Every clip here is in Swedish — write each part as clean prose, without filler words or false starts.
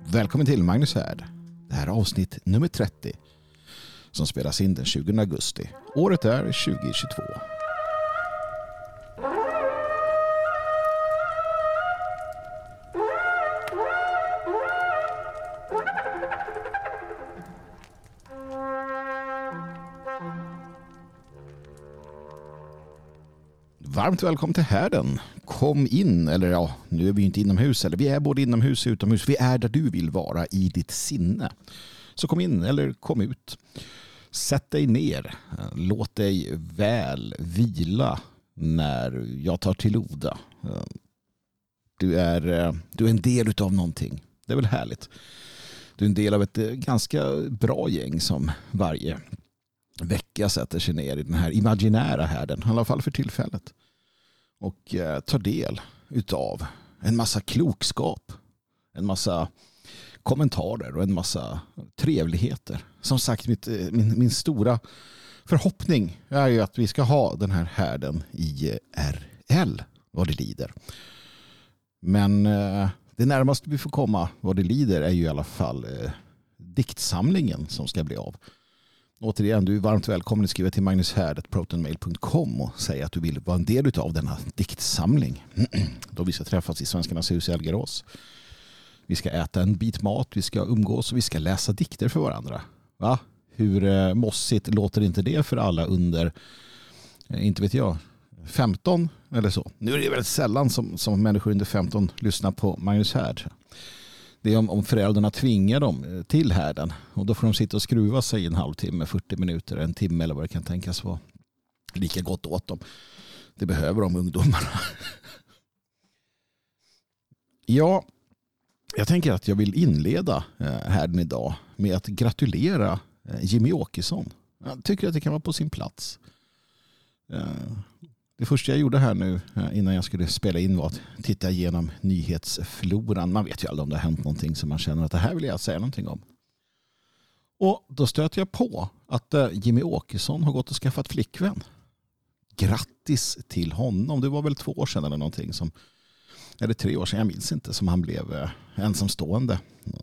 Välkommen till Magnus Härd. Det här är avsnitt nummer 30 som spelas in den 20 augusti. Året är 2022. Varmt välkommen till Härden. Kom in, eller ja, nu är vi inte inomhus, eller vi är både inomhus och utomhus. Vi är där du vill vara i ditt sinne. Så kom in eller kom ut. Sätt dig ner. Låt dig väl vila när jag tar till orda. Du är en del av någonting. Det är väl härligt. Du är en del av ett ganska bra gäng som varje vecka sätter sig ner i den här imaginära härden, i alla fall för tillfället, och tar del utav en massa klokskap, en massa kommentarer och en massa trevligheter. Som sagt, min stora förhoppning är ju att vi ska ha den här härden i RL vad det lider. Men det närmaste vi får komma vad det lider är ju i alla fall diktsamlingen som ska bli av. Återigen, du är varmt välkommen att skriva till magnushärd@protonmail.com och säga att du vill vara en del av denna diktsamling. Då vi ska träffas i Svenskarnas hus i Algarås. Vi ska äta en bit mat, vi ska umgås och vi ska läsa dikter för varandra. Va? Hur mossigt låter inte det för alla under, inte vet jag, 15 eller så? Nu är det väldigt sällan som människor under 15 lyssnar på Magnus Härd. Det är om föräldrarna tvingar dem till härden. Och då får de sitta och skruva sig en halvtimme, 40 minuter, en timme eller vad det kan tänkas vara. Lika gott åt dem. Det behöver de ungdomarna. Ja, jag tänker att jag vill inleda härden idag med att gratulera Jimmy Åkesson. Jag tycker att det kan vara på sin plats. Det första jag gjorde här nu innan jag skulle spela in var att titta igenom nyhetsfloran. Man vet ju aldrig om det har hänt någonting som man känner att det här vill jag säga någonting om. Och då stöter jag på att Jimmy Åkesson har gått och skaffat flickvän. Grattis till honom. Det var väl 2 år sedan eller någonting eller 3 år sedan, jag minns inte, som han blev ensamstående.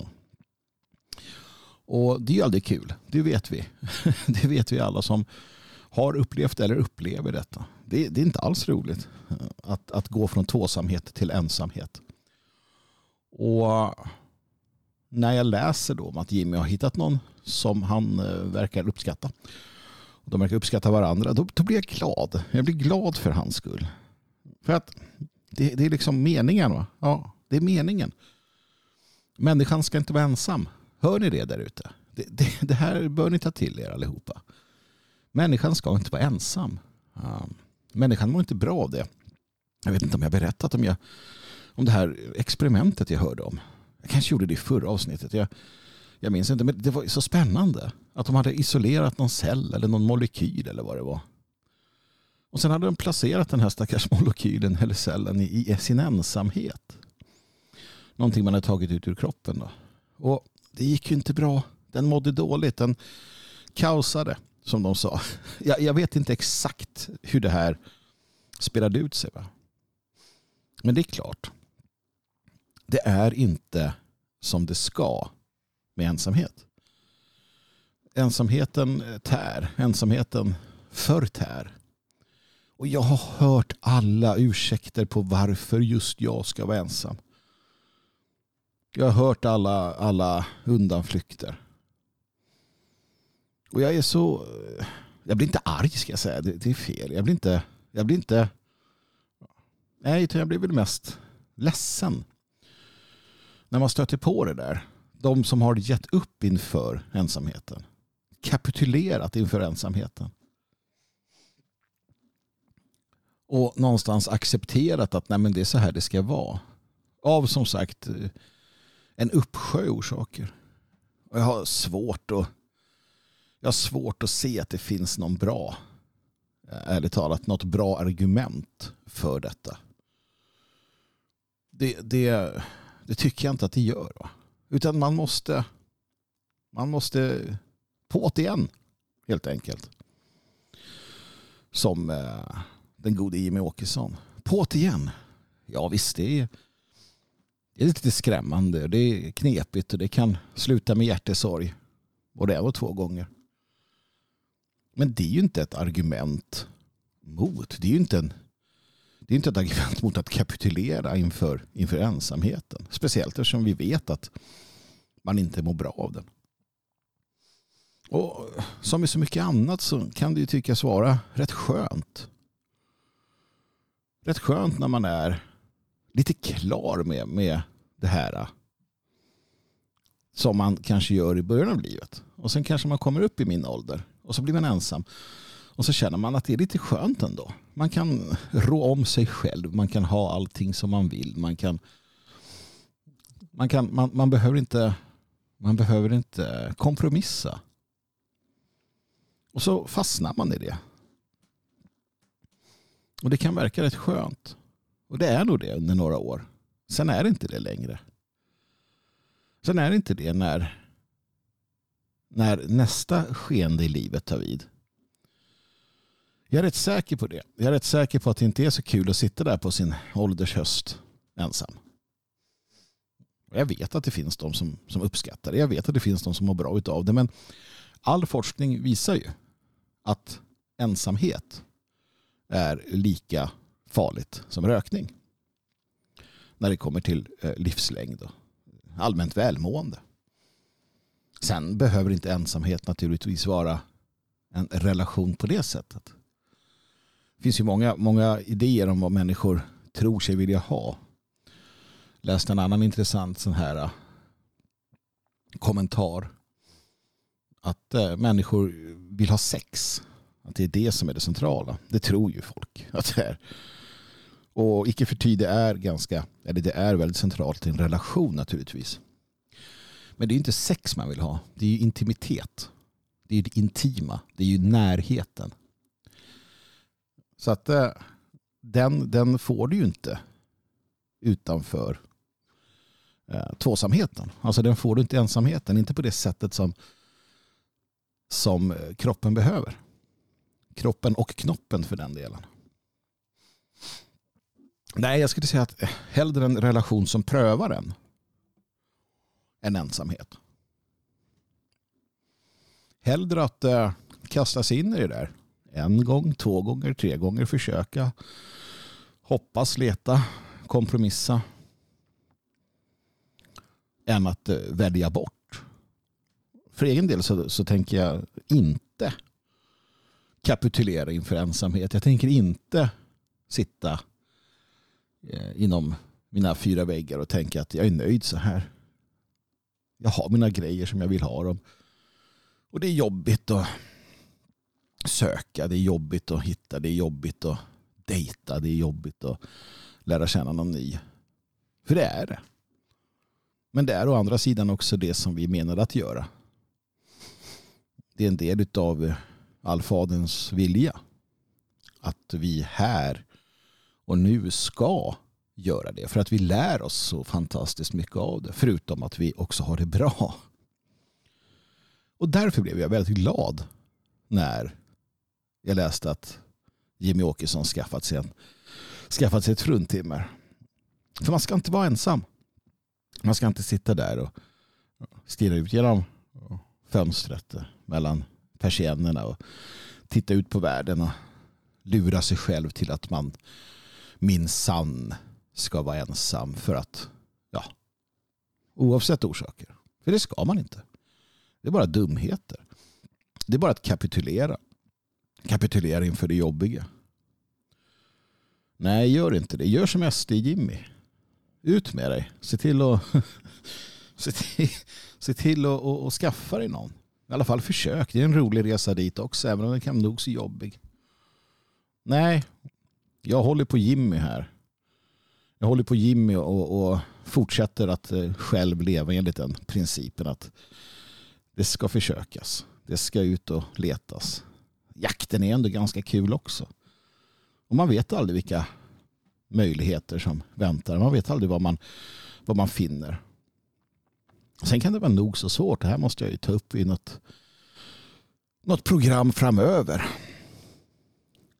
Och det är ju aldrig kul. Det vet vi. Det vet vi alla som har upplevt eller upplever detta. Det är inte alls roligt att gå från tvåsamhet till ensamhet. Och när jag läser då om att Jimmy har hittat någon som han verkar uppskatta, och de verkar uppskatta varandra, då blir jag glad. Jag blir glad för hans skull. För att det är liksom meningen, va? Ja, det är meningen. Människan ska inte vara ensam. Hör ni det där ute? Det här bör ni ta till er allihopa. Människan ska inte vara ensam. Människan mår inte bra av det. Jag vet inte om jag har berättat om det här experimentet jag hörde om. Jag kanske gjorde det i förra avsnittet. Jag minns inte, men det var så spännande att de hade isolerat någon cell eller någon molekyl eller vad det var. Och sen hade de placerat den här stackars molekylen eller cellen i sin ensamhet. Någonting man hade tagit ut ur kroppen då. Och det gick ju inte bra. Den mådde dåligt. Den kaosade, som de sa. Jag vet inte exakt hur det här spelade ut sig, va? Men det är klart. Det är inte som det ska med ensamhet. Ensamheten tär. Ensamheten förtär. Och jag har hört alla ursäkter på varför just jag ska vara ensam. Jag har hört alla undanflykter. Och jag blir inte arg, ska jag säga. Det är fel. Jag blir inte nej, jag blir väl mest ledsen. När man stöter på det där. De som har gett upp inför ensamheten. Kapitulerat inför ensamheten. Och någonstans accepterat att nej, men det är så här det ska vara. Av, som sagt, en uppsjö orsaker. Och jag har svårt att se att det finns någon bra, ärligt talat, något bra argument för detta. Det tycker jag inte att det gör, va? Utan man måste på det igen, helt enkelt. Som den gode Jimmy Åkesson. På det igen. Ja visst, det Det är lite skrämmande. Det är knepigt och det kan sluta med hjärtesorg. Både 1 och 2 gånger. Men det är ju inte ett argument mot. Det är ju inte ett argument mot att kapitulera inför ensamheten. Speciellt eftersom vi vet att man inte mår bra av den. Och som i så mycket annat så kan det ju tyckas vara rätt skönt. Rätt skönt när man är lite klar med det här som man kanske gör i början av livet. Och sen kanske man kommer upp i min ålder och så blir man ensam. Och så känner man att det är lite skönt ändå. Man kan rå om sig själv. Man kan ha allting som man vill. Man behöver inte kompromissa. Och så fastnar man i det. Och det kan verka rätt skönt. Och det är nog det under några år. Sen är det inte det längre. Sen är det inte det när nästa skeende i livet tar vid. Jag är rätt säker på det. Jag är rätt säker på att det inte är så kul att sitta där på sin åldershöst ensam. Jag vet att det finns de som uppskattar det. Jag vet att det finns de som mår bra utav det. Men all forskning visar ju att ensamhet är lika farligt som rökning. När det kommer till livslängd och allmänt välmående. Sen behöver inte ensamhet naturligtvis vara en relation på det sättet. Det finns ju många idéer om vad människor tror sig vilja ha. Läste en annan intressant sån här kommentar. Att människor vill ha sex. Att det är det som är det centrala. Det tror ju folk att det är. Och icke förty det är väldigt centralt i en relation naturligtvis. Men det är inte sex man vill ha. Det är ju intimitet. Det är det intima. Det är ju närheten. Så att den får du ju inte utanför tvåsamheten. Alltså den får du inte ensamheten. Inte på det sättet som kroppen behöver. Kroppen och knoppen för den delen. Nej, jag skulle säga att hellre en relation som prövar en ensamhet. Hellre att kasta sig in i det där. 1 gång, 2 gånger, 3 gånger försöka. Hoppas, leta, kompromissa. Än att välja bort. För egen del så tänker jag inte kapitulera inför ensamhet. Jag tänker inte sitta inom mina 4 väggar och tänka att jag är nöjd så här. Jag har mina grejer som jag vill ha dem. Och det är jobbigt att söka, det är jobbigt att hitta, det är jobbigt att dejta, det är jobbigt att lära känna någon ny. För det är det. Men det är å andra sidan också det som vi menade att göra. Det är en del av allfaderns vilja. Att vi här och nu ska göra det. För att vi lär oss så fantastiskt mycket av det. Förutom att vi också har det bra. Och därför blev jag väldigt glad när jag läste att Jimmy Åkesson skaffat sig ett fruntimmer. För man ska inte vara ensam. Man ska inte sitta där och stirra ut genom fönstret mellan persiennerna och titta ut på världen och lura sig själv till att man minsann ska vara ensam för att, oavsett orsaker. För det ska man inte. Det är bara dumheter. Det är bara att kapitulera. Kapitulera inför det jobbiga. Nej, gör inte det. Gör som SD Jimmy. Ut med dig. Se till att skaffa dig någon. I alla fall försök. Det är en rolig resa dit också, även om den kan nog så jobbig. Nej, jag håller på Jimmy här. Jag håller på Jimmy och fortsätter att själv leva enligt den principen att det ska försökas. Det ska ut och letas. Jakten är ändå ganska kul också. Och man vet aldrig vilka möjligheter som väntar. Man vet aldrig vad man finner. Sen kan det vara nog så svårt. Det här måste jag ju ta upp i något program framöver.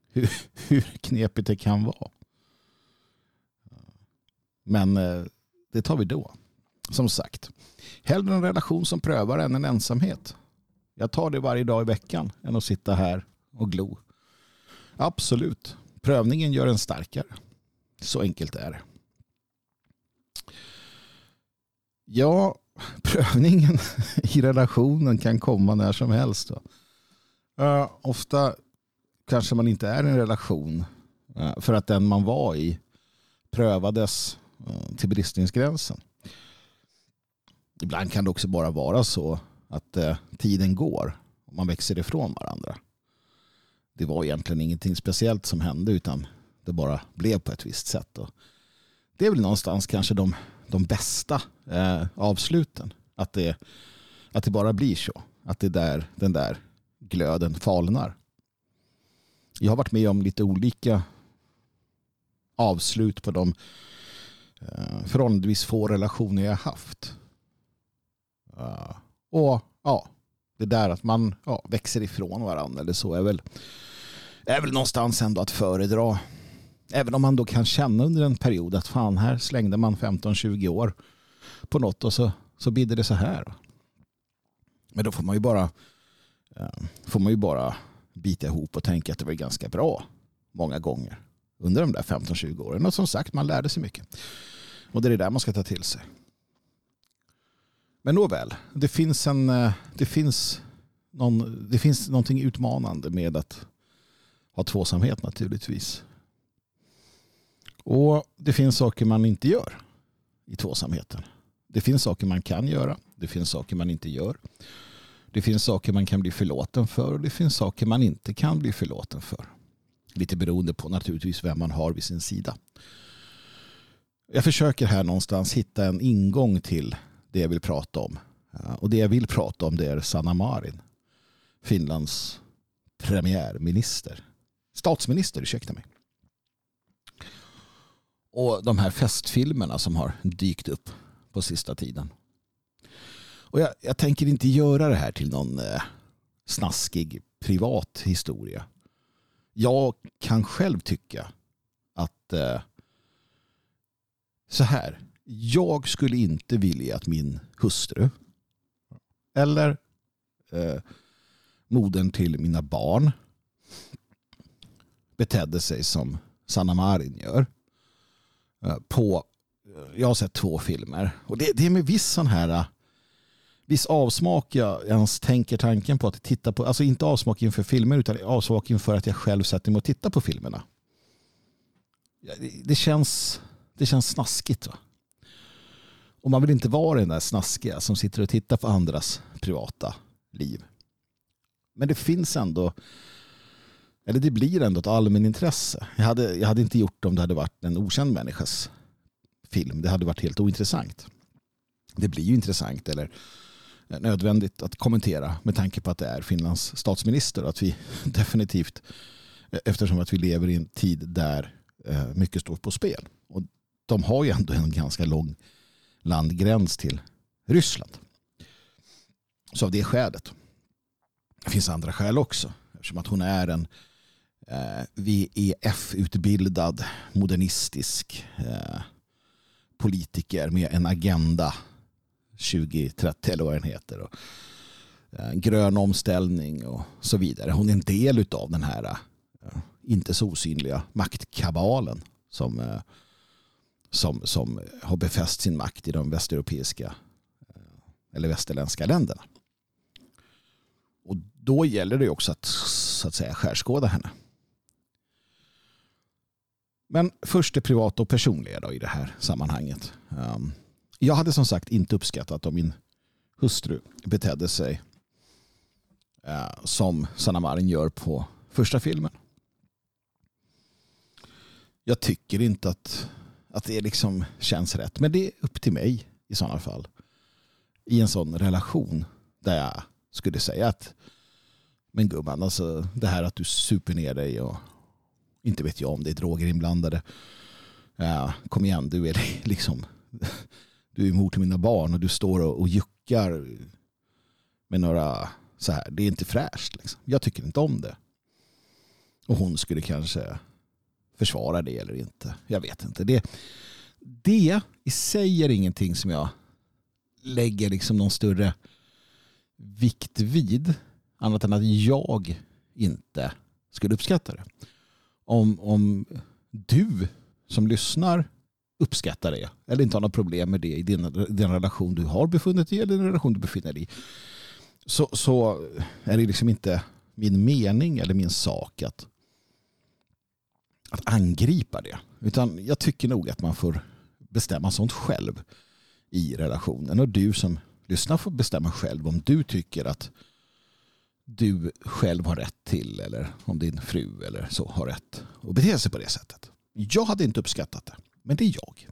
Hur knepigt det kan vara. Men det tar vi då. Som sagt, hellre en relation som prövar än en ensamhet. Jag tar det varje dag i veckan än att sitta här och glo. Absolut. Prövningen gör en starkare. Så enkelt är det. Ja, prövningen i relationen kan komma när som helst. Ofta kanske man inte är i en relation för att den man var i prövades till bristningsgränsen. Ibland kan det också bara vara så att tiden går och man växer ifrån varandra. Det var egentligen ingenting speciellt som hände, utan det bara blev på ett visst sätt. Och det är väl någonstans kanske de bästa avsluten. Att det bara blir så. Att det där, den där glöden falnar. Jag har varit med om lite olika avslut på de förhållandevis få relationer jag har haft. Och ja, det där att man växer ifrån varandra eller så är väl någonstans ändå att föredra. Även om man då kan känna under en period att fan, här slängde man 15-20 år på något och så blir det så här. Men då får man ju bara bita ihop och tänka att det var ganska bra många gånger under de där 15-20 åren. Och som sagt, man lärde sig mycket. Och det är det där man ska ta till sig. Men nåväl, det finns någonting utmanande med att ha tvåsamhet naturligtvis. Och det finns saker man inte gör i tvåsamheten. Det finns saker man kan göra. Det finns saker man inte gör. Det finns saker man kan bli förlåten för. Och det finns saker man inte kan bli förlåten för. Lite beroende på naturligtvis vem man har vid sin sida. Jag försöker här någonstans hitta en ingång till det jag vill prata om. Och det jag vill prata om, det är Sanna Marin. Finlands statsminister, ursäkta mig. Och de här festfilmerna som har dykt upp på sista tiden. Och jag tänker inte göra det här till någon snaskig privat historia. Jag kan själv tycka att så här. Jag skulle inte vilja att min hustru eller modern till mina barn betedde sig som Sanna Marin gör. Jag har sett 2 filmer. Och det är med viss avsmak jag ens tänker tanken på att titta på. Alltså inte avsmak inför filmer, utan avsmak inför att jag själv sätter mig och tittar på filmerna. Det känns snaskigt, va? Och man vill inte vara den där snaskiga som sitter och tittar på andras privata liv. Men det finns ändå, eller det blir ändå ett allmänintresse. Jag hade inte gjort det om det hade varit en okänd människas film. Det hade varit helt ointressant. Det blir ju intressant eller nödvändigt att kommentera med tanke på att det är Finlands statsminister. Att vi definitivt, eftersom att vi lever i en tid där mycket står på spel. Och de har ju ändå en ganska lång landgräns till Ryssland. Så av det skälet. Det finns andra skäl också. Eftersom att hon är en VEF-utbildad modernistisk politiker med en agenda 2030 eller vad den heter. Och grön omställning och så vidare. Hon är en del av den här inte så osynliga maktkabalen som har befäst sin makt i de västeuropeiska eller västerländska länderna. Och då gäller det också att så att säga skärskåda henne. Men först det privata och personliga då i det här sammanhanget. Jag hade som sagt inte uppskattat om min hustru betedde sig som Sanna Marin gör på första filmen. Jag tycker inte att det liksom känns rätt. Men det är upp till mig i sådana fall. I en sån relation där jag skulle säga att men gumman, alltså det här att du super ner dig och inte vet jag om det är droger inblandade. Kom igen, du är liksom du är mor till mina barn och du står och juckar med några så här. Det är inte fräscht liksom. Jag tycker inte om det. Och hon skulle kanske försvara det eller inte. Jag vet inte. det i sig är ingenting som jag lägger liksom någon större vikt vid, annat än att jag inte skulle uppskatta det. Om du som lyssnar uppskattar det eller inte har något problem med det i den relation du har befunnit dig i eller den relation du befinner dig i, så är det liksom inte min mening eller min sak att angripa det. Utan jag tycker nog att man får bestämma sånt själv i relationen. Och du som lyssnar får bestämma själv om du tycker att du själv har rätt till, eller om din fru eller så har rätt att bete sig på det sättet. Jag hade inte uppskattat det, men det är jag.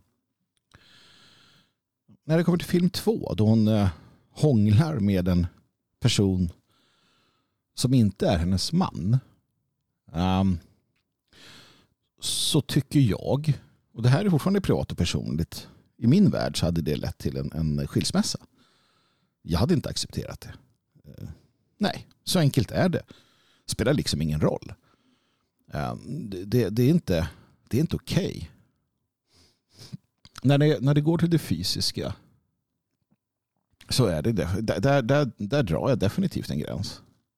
När det kommer till film 2, då hon hånglar med en person som inte är hennes man, så tycker jag, och det här är fortfarande privat och personligt, i min värld så hade det lett till en skilsmässa. Jag hade inte accepterat det. Nej, så enkelt är det. Spelar liksom ingen roll. Det är inte okej. När det går till det fysiska så är det där drar jag definitivt en gräns.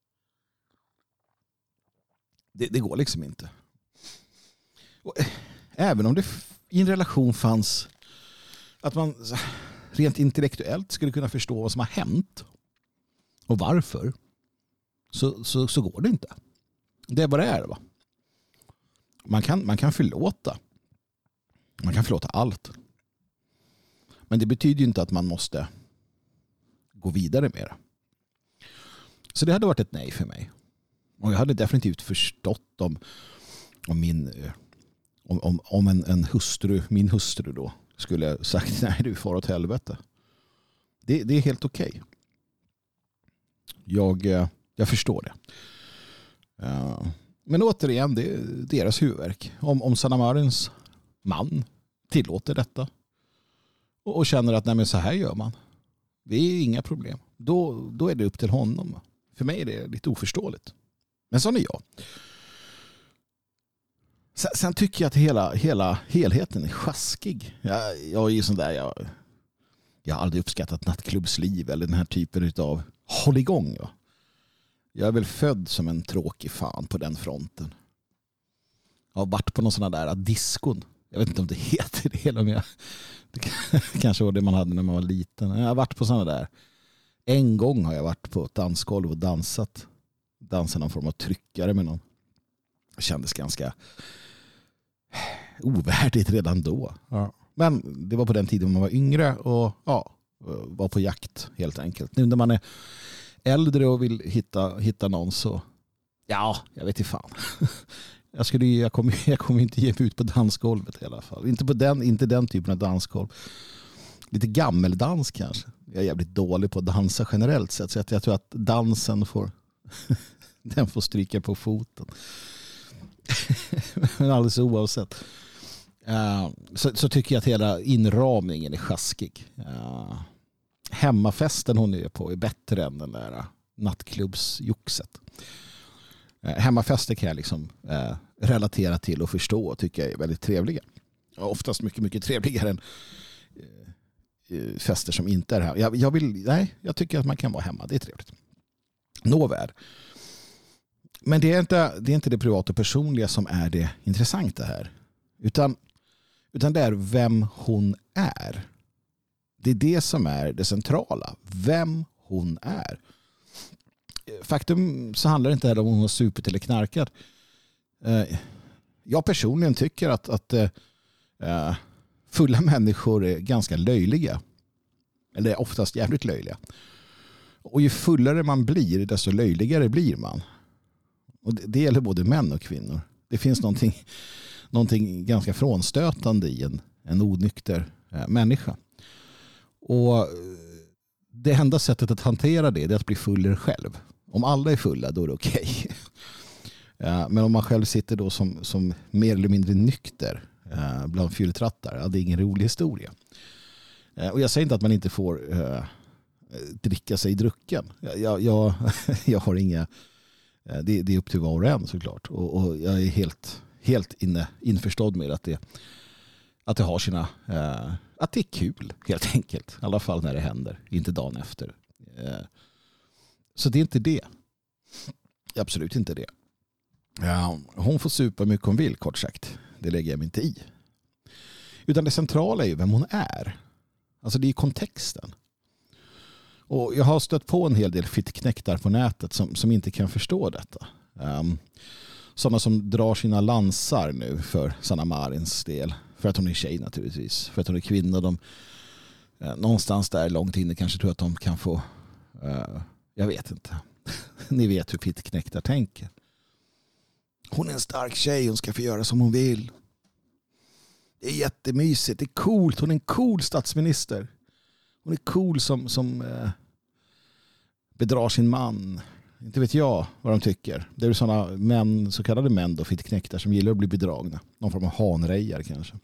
Det går liksom inte. Och även om det i en relation fanns att man rent intellektuellt skulle kunna förstå vad som har hänt och varför, så går det inte. Det är vad det är, va? Man kan förlåta. Man kan förlåta allt. Men det betyder ju inte att man måste gå vidare med det. Så det hade varit ett nej för mig. Och jag hade definitivt förstått om en hustru, min hustru då, skulle sagt nej, du far åt helvete. Det är helt okej. Jag förstår det. Men återigen, det är deras huvudvärk. Om Sanna Marins man tillåter detta och känner att nej, men så här gör man. Det är inga problem. Då är det upp till honom. För mig är det lite oförståeligt. Men sån är jag. Sen tycker jag att hela helheten är sjaskig. Jag är ju sån där, jag har aldrig uppskattat nattklubbsliv eller den här typen av håll igång. Va? Jag är väl född som en tråkig fan på den fronten. Jag har varit på någon sån där diskon. Jag vet inte om det heter det, eller om det kanske var det man hade när man var liten. Jag har varit på såna där. En gång har jag varit på ett dansgolv och dansat någon form av tryckare med någon. Det kändes ganska ovärdigt redan då. Ja. Men det var på den tiden man var yngre och var på jakt helt enkelt. Nu när man är äldre och vill hitta någon så jag vet inte fan. Jag kommer inte ge mig ut på dansgolvet i alla fall. Inte den typen av dansgolv. Lite gammeldans kanske. Jag är jävligt dålig på att dansa generellt sett, så jag tror att dansen får stryka på foten. Men alldeles oavsett så tycker jag att hela inramningen är sjaskig. Hemmafesten hon är på är bättre än den där nattklubbsjoxet. Hemmafester kan jag liksom relatera till och förstå och tycka är väldigt trevliga. Oftast mycket, mycket trevligare än fester som inte är här. Jag tycker att man kan vara hemma. Det är trevligt. Nåväl. Men det är inte det privata och personliga som är det intressanta här. Utan det är vem hon är. Det är det som är det centrala. Vem hon är. Faktum så handlar det inte om hon har supit eller knarkat. Jag personligen tycker att fulla människor är ganska löjliga. Eller är oftast jävligt löjliga. Och ju fullare man blir, desto löjligare blir man. Och det gäller både män och kvinnor. Det finns någonting ganska frånstötande i en onykter människa. Och det enda sättet att hantera det är att bli fuller själv. Om alla är fulla, då är det okej. Men om man själv sitter då som mer eller mindre nykter bland fylltrattar, det är ingen rolig historia. Och jag säger inte att man inte får dricka sig drucken. Jag har inga... Det är upp till var och en såklart. Och jag är helt införstådd med att Att det har sina... att det är kul, helt enkelt. I alla fall när det händer. Inte dagen efter. Så det är inte det. Absolut inte det. Hon får supa mycket hon vill, kort sagt. Det lägger jag mig inte i. Utan det centrala är ju vem hon är. Alltså det är kontexten. Och jag har stött på en hel del fittknäktar på nätet som inte kan förstå detta. Sådana som drar sina lansar nu för Sanna Marins del. För att hon är tjej naturligtvis. För att hon är kvinna. De, någonstans där långt inne kanske tror att de kan få... jag vet inte. Ni vet hur fittknäktar tänker. Hon är en stark tjej. Hon ska få göra som hon vill. Det är jättemysigt. Det är coolt. Hon är en cool statsminister. Hon är cool som bedrar sin man. Inte vet jag vad de tycker. Det är sådana män, så kallade män då, fittknäktar som gillar att bli bedragna. Någon form av hanrejar kanske.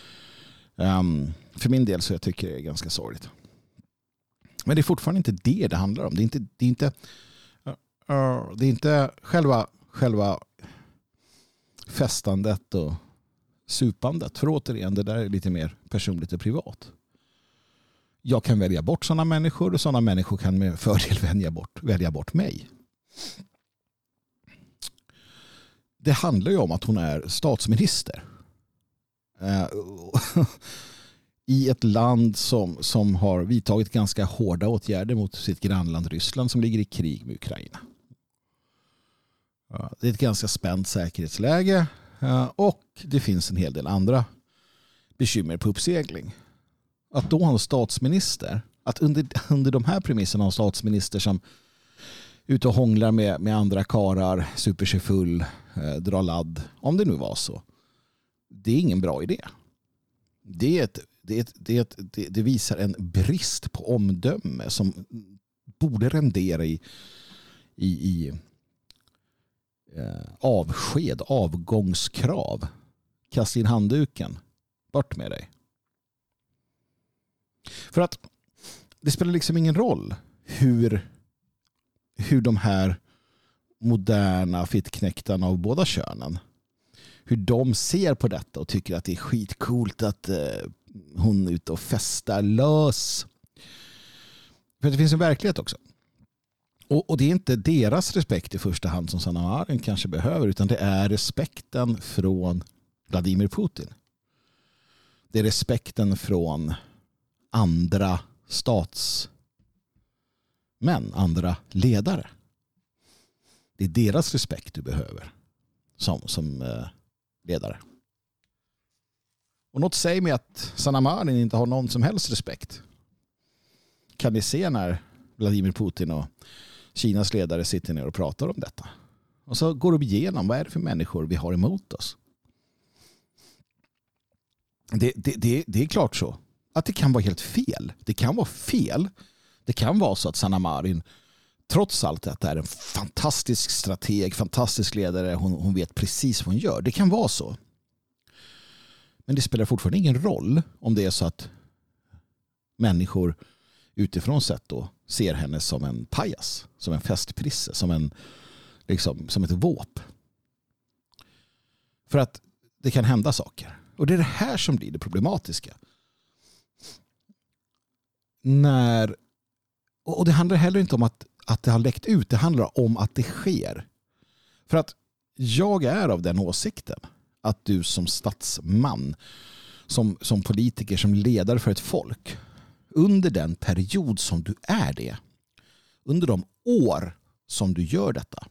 För min del så jag tycker det är ganska sorgligt. Men det är fortfarande inte det handlar om. Det är inte själva festandet och supandet. För återigen, det där är lite mer personligt och privat. Jag kan välja bort sådana människor och sådana människor kan med fördel välja bort mig. Det handlar ju om att hon är statsminister. I ett land som har vidtagit ganska hårda åtgärder mot sitt grannland Ryssland som ligger i krig med Ukraina. Det är ett ganska spänt säkerhetsläge och det finns en hel del andra bekymmer på uppsegling. Att då ha en statsminister, att under de här premisserna ha en statsminister som ute och hånglar med andra karar, super sig full, drar ladd, om det nu var så. Det är ingen bra idé. Det visar en brist på omdöme som borde rendera i avsked, avgångskrav. Kasta in handduken. Bort med dig. För att det spelar liksom ingen roll hur de här moderna fittknäktarna av båda könen, hur de ser på detta och tycker att det är skitcoolt att hon är ute och festar lös. För det finns en verklighet också. Och det är inte deras respekt i första hand som Sanna Marin kanske behöver, utan det är respekten från Vladimir Putin. Det är respekten från andra statsmän, andra ledare. Det är deras respekt du behöver som ledare. Och något säger mig att Sanna Marin inte har någon som helst respekt. Kan ni se när Vladimir Putin och Kinas ledare sitter ner och pratar om detta? Och så går de igenom vad är det för människor vi har emot oss. Det är klart så. Att det kan vara helt fel. Det kan vara fel. Det kan vara så att Sanna Marin trots allt detta är en fantastisk strateg, fantastisk ledare. Hon vet precis vad hon gör. Det kan vara så. Men det spelar fortfarande ingen roll om det är så att människor utifrån sett då ser henne som en pajas, som en festprisse, som ett våp. För att det kan hända saker. Och det är det här som blir det problematiska. Och det handlar heller inte om att det har läckt ut. Det handlar om att det sker. För att jag är av den åsikten att du som statsman, som politiker, som ledare för ett folk, under den period som du är det, under de år som du gör detta,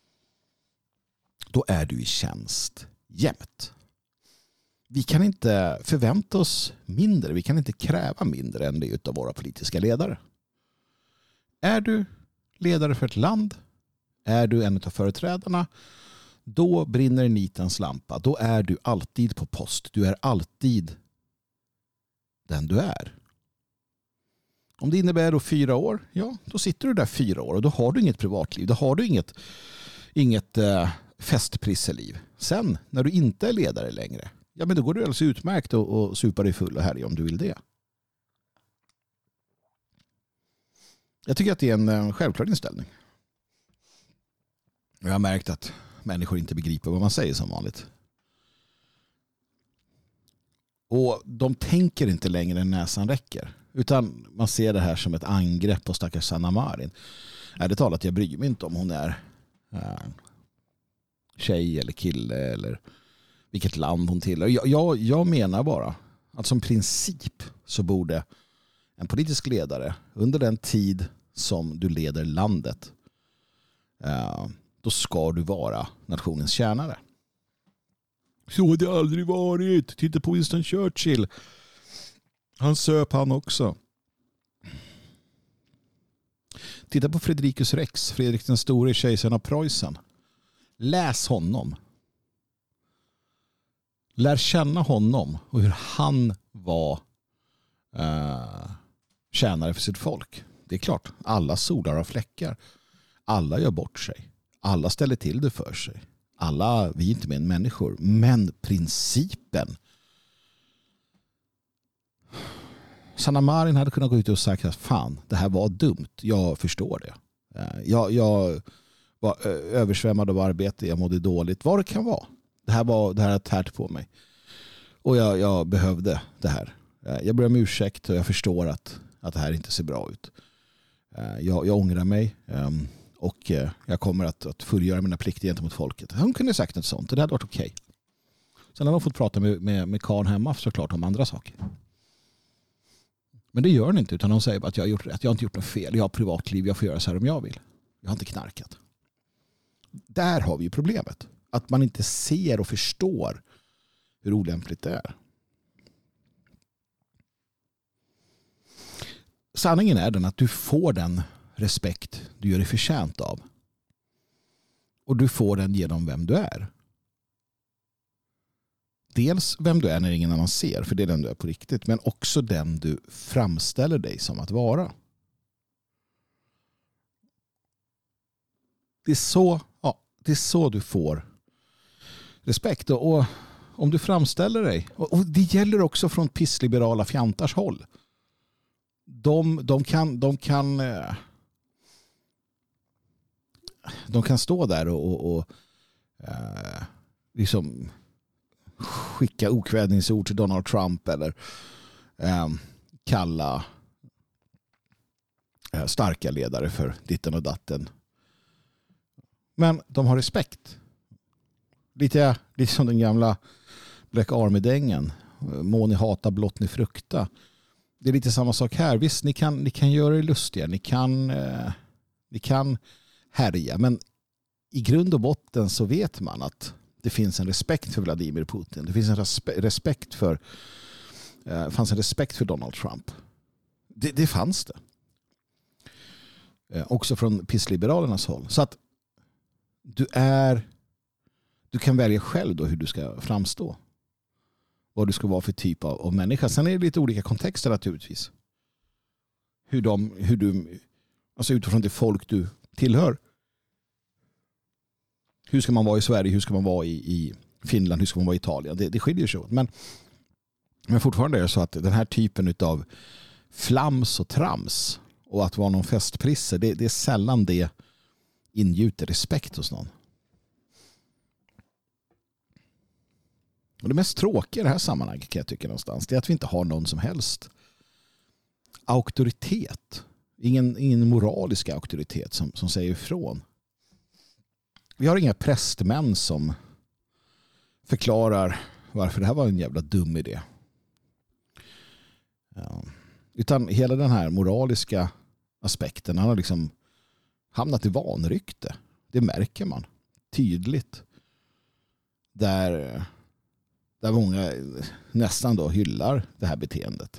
då är du i tjänst jämt. Vi kan inte förvänta oss mindre, vi kan inte kräva mindre än det av våra politiska ledare. Är du ledare för ett land, är du en av företrädarna, då brinner nitens lampa. Då är du alltid på post. Du är alltid den du är. Om det innebär då 4 år, ja, då sitter du där 4 år och då har du inget privatliv. Då har du inget festprisseliv. Sen, när du inte är ledare längre, ja, men då går det alltså utmärkt och supa dig full och härlig om du vill det. Jag tycker att det är en självklar inställning. Jag har märkt att människor inte begriper vad man säger som vanligt. Och de tänker inte längre än näsan räcker. Utan man ser det här som ett angrepp på stackars Sanna Marin. Ärligt talat, jag bryr mig inte om hon är tjej eller kille eller vilket land hon tillhör. Jag menar bara att som princip så borde en politisk ledare under den tid som du leder landet, då ska du vara nationens tjänare. Så har det aldrig varit. Titta på Winston Churchill. Han söp han också. Titta på Fredrikus Rex, Fredrik den store, kejsaren av Preussen. Läs honom. Lär känna honom och hur han var tjänare för sitt folk. Det är klart, alla solar har fläckar. Alla gör bort sig. Alla ställer till det för sig. Alla, vi är inte med människor. Men principen. Sanna Marin hade kunnat gå ut och sagt att fan, det här var dumt. Jag förstår det. Jag var översvämmad av arbete. Jag mådde dåligt. Vad det kan vara. Det här har tärt på mig. Och jag behövde det här. Jag ber om ursäkt och jag förstår att det här inte ser bra ut. Jag ångrar mig. Och jag kommer att fullgöra mina plikter gentemot folket. Hon kunde ha sagt något sånt. Det hade varit okej. Sen har de fått prata med Karl hemma såklart om andra saker. Men det gör hon inte, utan hon säger bara att jag har gjort rätt. Jag har inte gjort något fel. Jag har privatliv. Jag får göra så här om jag vill. Jag har inte knarkat. Där har vi ju problemet. Att man inte ser och förstår hur olämpligt det är. Sanningen är den att du får den respekt du gör dig förtjänt av. Och du får den genom vem du är. Dels vem du är när ingen annan ser, för det är den du är på riktigt. Men också den du framställer dig som att vara. Det är så du får respekt. Och om du framställer dig, och det gäller också från pissliberala fjantars håll. De kan stå där och liksom skicka okvädningsord till Donald Trump eller kalla starka ledare för ditten och datten. Men de har respekt. Lite som den gamla Black Army-dängen. Må ni hata, blott ni frukta. Det är lite samma sak här. Visst, ni kan göra er lustiga. Ni kan härja. Men i grund och botten så vet man att det finns en respekt för Vladimir Putin. Det finns en respekt för fanns en respekt för Donald Trump. Det fanns det. Också från pissliberalernas håll. Så att du kan välja själv då hur du ska framstå. Vad du ska vara för typ av människa. Sen är det lite olika kontexter naturligtvis. Hur du alltså utifrån det folk du tillhör. Hur ska man vara i Sverige? Hur ska man vara i Finland? Hur ska man vara i Italien? Det skiljer sig åt. Men fortfarande är det så att den här typen av flams och trams och att vara någon festprisse, det är sällan det ingjuter respekt hos någon. Och det mest tråkiga i det här sammanhanget kan jag tycka någonstans, det är att vi inte har någon som helst auktoritet. Ingen moralisk auktoritet som säger ifrån. Vi har inga prästmän som förklarar varför det här var en jävla dum idé. Ja. Utan hela den här moraliska aspekten har liksom hamnat i vanrykte. Det märker man tydligt. Där många nästan då hyllar det här beteendet.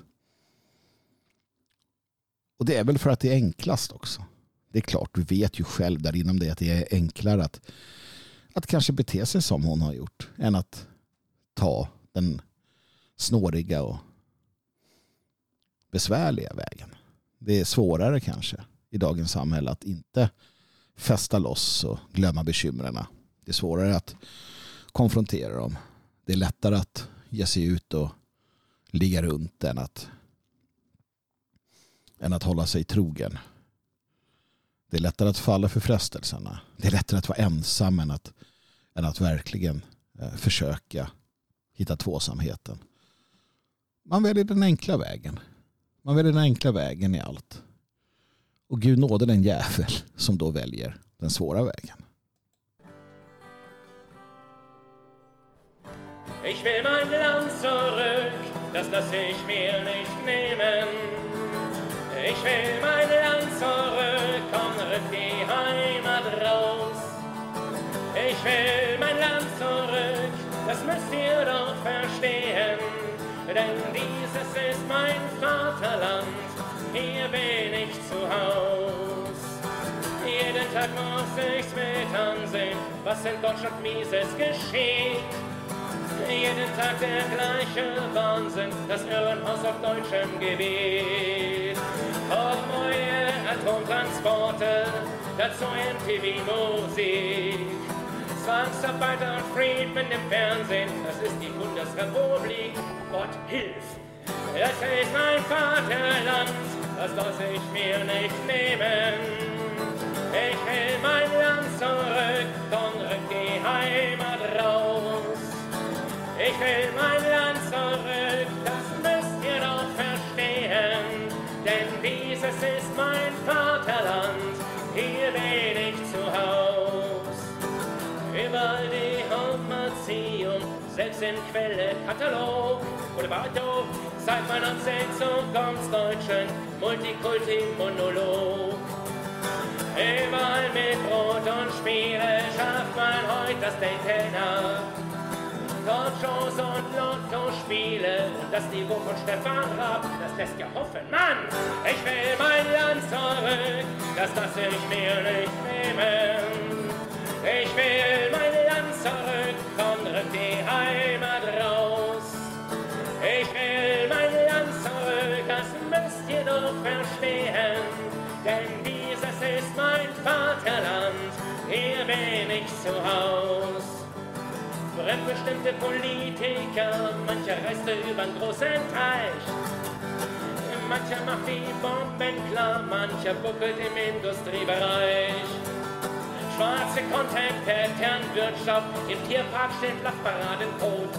Och det är väl för att det är enklast också. Det är klart, du vet ju själv där inom det att det är enklare att kanske bete sig som hon har gjort än att ta den snåriga och besvärliga vägen. Det är svårare kanske i dagens samhälle att inte fästa loss och glömma bekymren. Det är svårare att konfrontera dem. Det är lättare att ge sig ut och ligga runt än att hålla sig trogen. Det är lättare att falla för frestelserna. Det är lättare att vara ensam än att verkligen försöka hitta tvåsamheten. Man väljer den enkla vägen. Man väljer den enkla vägen i allt. Och Gud nåde den jävel som då väljer den svåra vägen. Ich will mein Land zurück, das lass ich mir nicht nehmen. Ich will mein Land zurück, komm, rück die Heimat raus. Ich will mein Land zurück, das müsst ihr doch verstehen. Denn dieses ist mein Vaterland, hier bin ich zu Haus. Jeden Tag muss ich's mit ansehen, was in Deutschland Mieses geschieht. Jeden Tag der gleiche Wahnsinn, das Irrenhaus auf deutschem Gebiet. Auf neue Atomtransporte, dazu MTV-Musik. Zwangsarbeiter und Friedman im Fernsehen, das ist die Bundesrepublik. Gott hilf! Das ist mein Vaterland, das lass ich mir nicht nehmen. Ich will mein Land zurück, komm, rück die Heimat raus. Ich will mein Land zurück, das müsst ihr doch verstehen. Denn dieses ist mein Vaterland, hier bin ich zu Haus. Überall die Hormerziehung, selbst im Quelle-Katalog. Oder Bardo, seit meiner Setzung kommt's deutschen Multikulti-Monolog. Überall mit Brot und Spiele schafft man heute das Denken ab. Talkshows und Lotto-Spiele und das Niveau von Stefan Raab, das lässt ja hoffen, Mann! Ich will mein Land zurück, das lass ich mir nicht nehmen. Ich will mein Land zurück, komm, rück die Heimat raus. Ich will mein Land zurück, das müsst ihr doch verstehen. Denn dieses ist mein Vaterland, hier bin ich zu Haus. Fremdbestimmte Politiker, mancher reiste übern großen Teich. Mancher macht die Bomben klar, mancher buckelt im Industriebereich. Schwarze Content, Patternwirtschaft, im Tierpark steht Flachparadencode.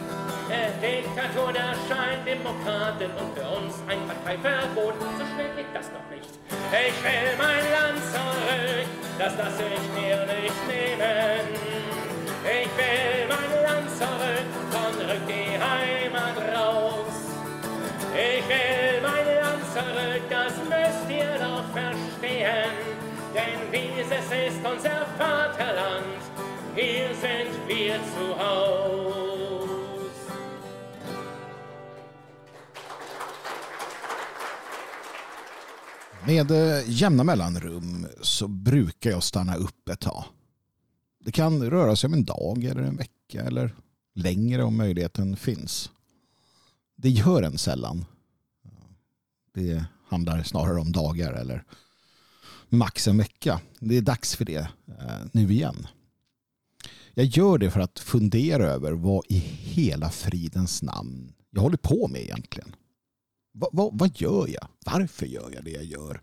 Diktatur der Scheindemokraten und für uns ein Parteiverbot. So schnell geht das noch nicht. Ich will mein Land zurück, das lass ich mir nicht nehmen. Ich will mein Land zurück, komm, rück die Heimat raus. Ich will mein Land zurück, das müsst ihr doch verstehen. Denn dieses ist unser Vaterland, hier sind wir zu Haus. Med jämna mellanrum så brukar jag stanna upp ett tag. Det kan röra sig om en dag eller en vecka eller längre om möjligheten finns. Det gör en sällan. Det handlar snarare om dagar eller max en vecka. Det är dags för det nu igen. Jag gör det för att fundera över vad i hela fridens namn jag håller på med egentligen. Vad gör jag? Varför gör jag det jag gör?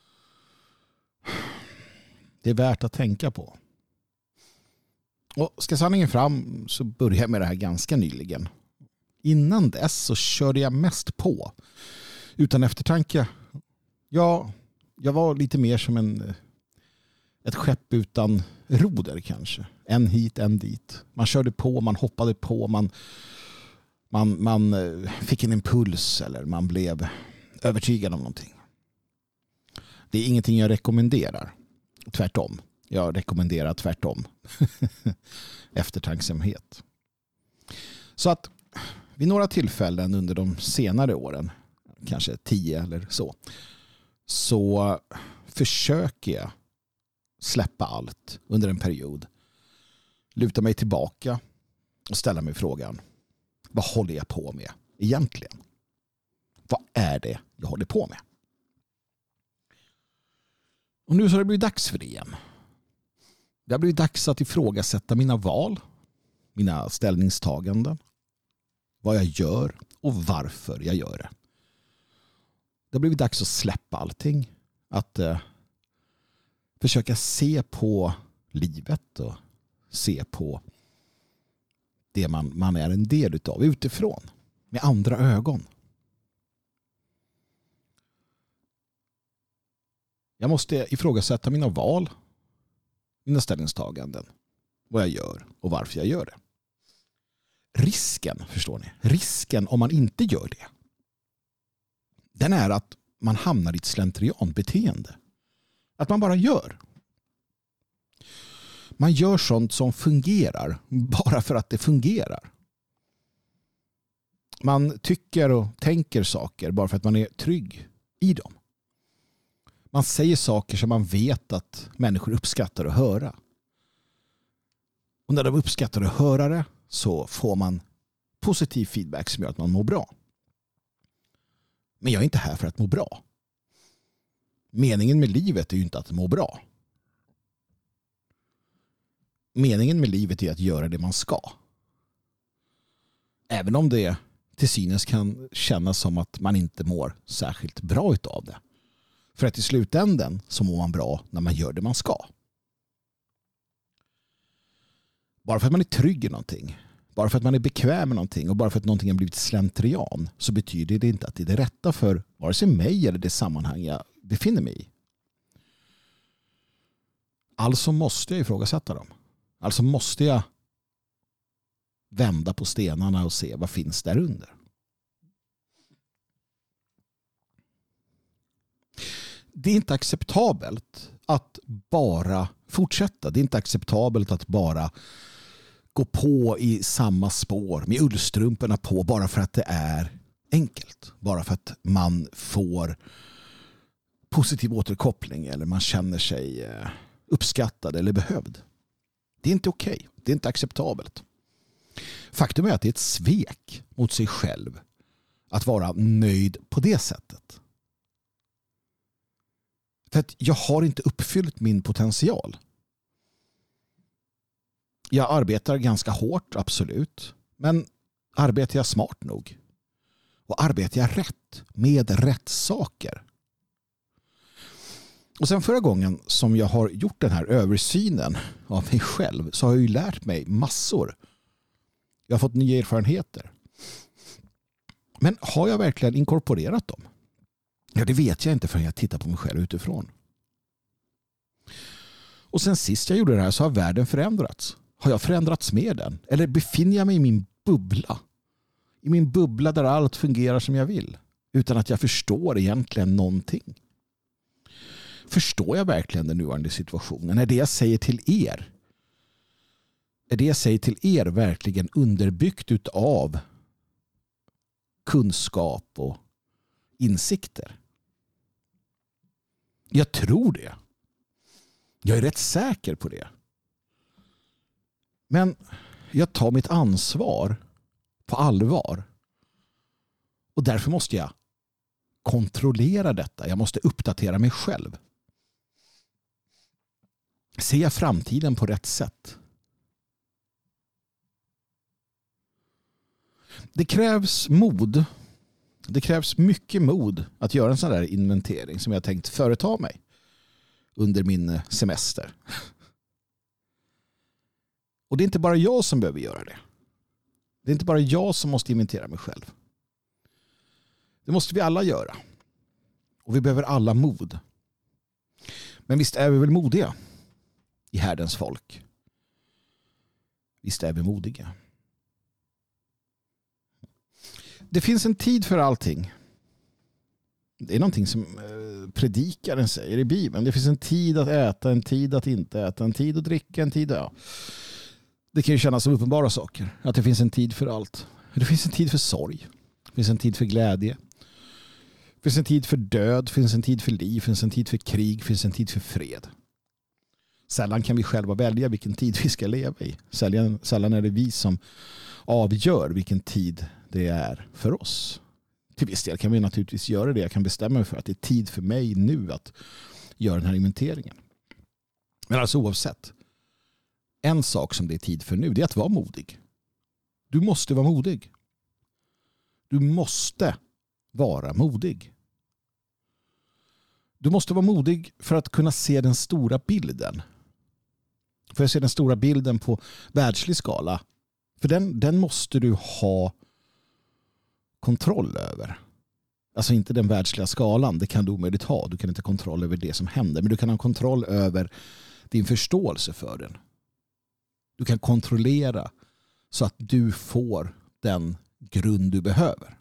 Det är värt att tänka på. Och ska sanningen fram så började jag med det här ganska nyligen. Innan dess så körde jag mest på. Utan eftertanke. Ja, jag var lite mer som ett skepp utan roder kanske. En hit, en dit. Man körde på, man hoppade på, man fick en impuls eller man blev övertygad om någonting. Det är ingenting jag rekommenderar. Tvärtom. Jag rekommenderar tvärtom. Eftertanksamhet. Så att vid några tillfällen under de senare åren, kanske 10 eller så försöker jag släppa allt under en period. Luta mig tillbaka och ställa mig frågan: vad håller jag på med egentligen? Vad är det jag håller på med? Och nu så har det blivit dags för det igen. Det har blivit dags att ifrågasätta mina val, mina ställningstaganden, vad jag gör och varför jag gör det. Det har blivit dags att släppa allting. Att försöka se på livet och se på det man är en del utav utifrån. Med andra ögon. Jag måste ifrågasätta mina val, mina ställningstaganden, vad jag gör och varför jag gör det. Risken, förstår ni? Risken om man inte gör det, den är att man hamnar i ett slentrianbeteende. Att man bara gör. Man gör sånt som fungerar bara för att det fungerar. Man tycker och tänker saker bara för att man är trygg i dem. Man säger saker som man vet att människor uppskattar att höra. Och när de uppskattar att höra det så får man positiv feedback som gör att man mår bra. Men jag är inte här för att må bra. Meningen med livet är ju inte att må bra. Meningen med livet är att göra det man ska. Även om det till synes kan kännas som att man inte mår särskilt bra utav det. För att i slutändan så mår man bra när man gör det man ska. Bara för att man är trygg i någonting, bara för att man är bekväm med någonting och bara för att någonting har blivit slentrian så betyder det inte att det är det rätta för vare sig mig eller det sammanhang jag befinner mig i. Alltså måste jag ifrågasätta dem. Alltså måste jag vända på stenarna och se vad finns där under. Det är inte acceptabelt att bara fortsätta. Det är inte acceptabelt att bara gå på i samma spår med ullstrumporna på bara för att det är enkelt. Bara för att man får positiv återkoppling eller man känner sig uppskattad eller behövd. Det är inte okej. Det är inte acceptabelt. Faktum är att det är ett svek mot sig själv att vara nöjd på det sättet. För att jag har inte uppfyllt min potential. Jag arbetar ganska hårt, absolut. Men arbetar jag smart nog? Och arbetar jag rätt med rätt saker? Och sen förra gången som jag har gjort den här översynen av mig själv så har jag ju lärt mig massor. Jag har fått nya erfarenheter. Men har jag verkligen inkorporerat dem? Ja, det vet jag inte förrän jag tittar på mig själv utifrån. Och sen sist jag gjorde det här så har världen förändrats. Har jag förändrats med den? Eller befinner jag mig i min bubbla? I min bubbla där allt fungerar som jag vill. Utan att jag förstår egentligen någonting. Förstår jag verkligen den nuvarande situationen? Är det jag säger till er? Är det jag säger till er verkligen underbyggt utav kunskap och insikter? Jag tror det. Jag är rätt säker på det. Men jag tar mitt ansvar på allvar. Och därför måste jag kontrollera detta. Jag måste uppdatera mig själv. Ser jag framtiden på rätt sätt? Det krävs mod. Det krävs mycket mod att göra en sån där inventering som jag tänkt företa mig under min semester. Och det är inte bara jag som behöver göra det. Det är inte bara jag som måste inventera mig själv. Det måste vi alla göra. Och vi behöver alla mod. Men visst är vi väl modiga i härdens folk? Visst är vi modiga? Det finns en tid för allting. Det är någonting som predikaren säger i Bibeln. Det finns en tid att äta, en tid att inte äta, en tid att dricka, en tid att... Det kan ju kännas som uppenbara saker. Att det finns en tid för allt. Det finns en tid för sorg. Det finns en tid för glädje. Det finns en tid för död. Det finns en tid för liv. Det finns en tid för krig. Det finns en tid för fred. Sällan kan vi själva välja vilken tid vi ska leva i. Sällan är det vi som avgör vilken tid det är för oss. Till viss del kan vi naturligtvis göra det. Jag kan bestämma mig för att det är tid för mig nu att göra den här inventeringen. Men alltså oavsett. En sak som det är tid för nu, det är att vara modig. Du måste vara modig. Du måste vara modig. Du måste vara modig för att kunna se den stora bilden. För att se den stora bilden på världslig skala. För den måste du ha kontroll över. Alltså inte den världsliga skalan, det kan du omöjligt ha. Du kan inte ha kontroll över det som händer, men du kan ha kontroll över din förståelse för den. Du kan kontrollera så att du får den grund du behöver.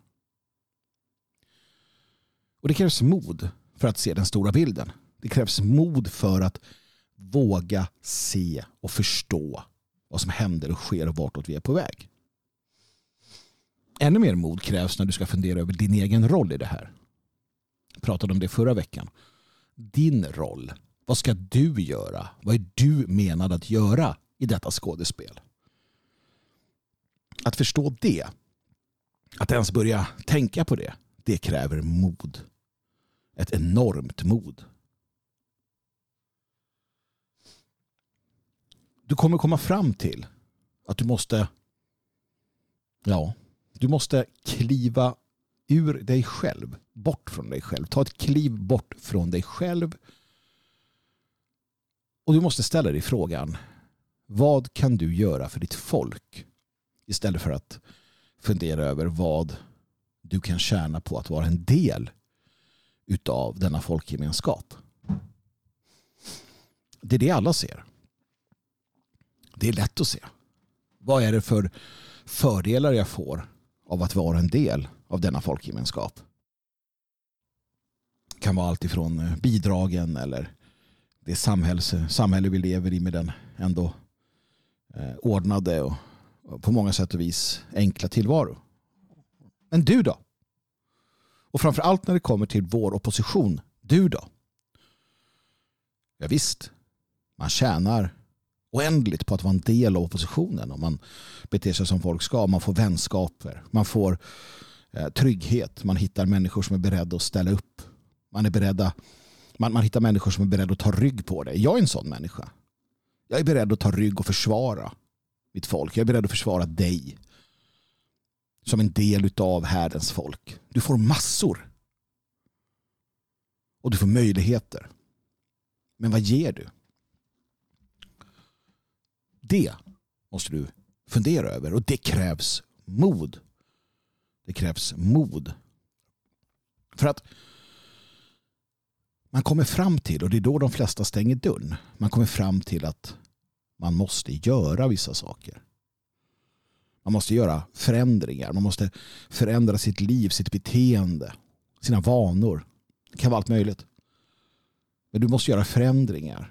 Och det krävs mod för att se den stora bilden. Det krävs mod för att våga se och förstå vad som händer och sker och vartåt vi är på väg. Ännu mer mod krävs när du ska fundera över din egen roll i det här. Jag pratade om det förra veckan. Din roll. Vad ska du göra? Vad är du menad att göra i detta skådespel? Att förstå det, att ens börja tänka på det, det kräver mod. Ett enormt mod. Du kommer komma fram till att du måste kliva ur dig själv, bort från dig själv. Ta ett kliv bort från dig själv. Och du måste ställa dig frågan, vad kan du göra för ditt folk? Istället för att fundera över vad du kan tjäna på att vara en del utav denna folkgemenskap. Det är det alla ser. Det är lätt att se. Vad är det för fördelar jag får av att vara en del av denna folkgemenskap? Det kan vara allt ifrån bidragen eller det samhälle vi lever i med den ändå ordnade och på många sätt och vis enkla tillvaro. Men du då? Och framförallt när det kommer till vår opposition, du då? Ja visst, man tjänar oändligt på att vara en del av oppositionen om man beter sig som folk ska. Man får vänskaper, man får trygghet, man hittar människor som är beredda att ställa upp. Man hittar människor som är beredda att ta rygg på det. Jag är en sån människa. Jag är beredd att ta rygg och försvara mitt folk. Jag är beredd att försvara dig som en del av härdens folk. Du får massor. Och du får möjligheter. Men vad ger du? Det måste du fundera över. Och det krävs mod. Det krävs mod. För att man kommer fram till, och det är då de flesta stänger dörren, man kommer fram till att man måste göra vissa saker. Man måste göra förändringar. Man måste förändra sitt liv, sitt beteende, sina vanor. Det kan vara allt möjligt. Men du måste göra förändringar.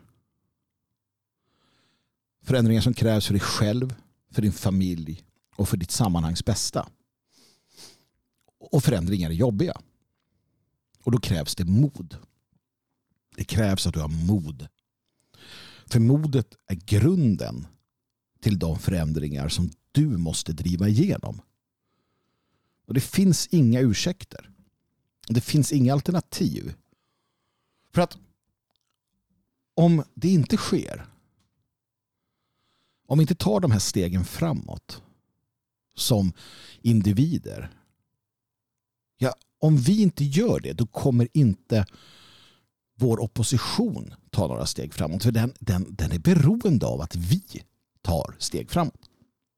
Förändringar som krävs för dig själv, för din familj och för ditt sammanhangs bästa. Och förändringar är jobbiga. Och då krävs det mod. Det krävs att du har mod. För modet är grunden till de förändringar som du måste driva igenom. Och det finns inga ursäkter. Det finns inga alternativ. För att om det inte sker, om vi inte tar de här stegen framåt som individer, om vi inte gör det, då kommer inte vår opposition ta några steg framåt. För den är beroende av att vi tar steg framåt.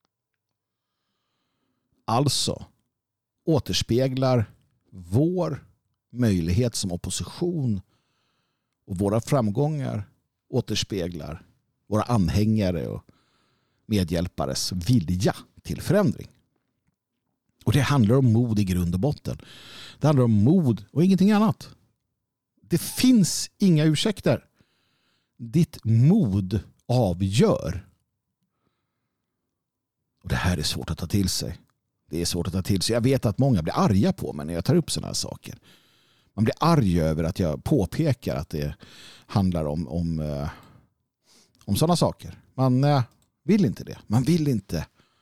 Alltså återspeglar vår möjlighet som opposition och våra framgångar återspeglar våra anhängare och medhjälpares vilja till förändring. Och det handlar om mod i grund och botten. Det handlar om mod och ingenting annat. Det finns inga ursäkter. Ditt mod avgör. Och det här är svårt att ta till sig. Det är svårt att ta till sig. Jag vet att många blir arga på mig när jag tar upp sådana här saker. Man blir arg över att jag påpekar att det handlar om sådana saker. Man vill inte det. Man vill inte.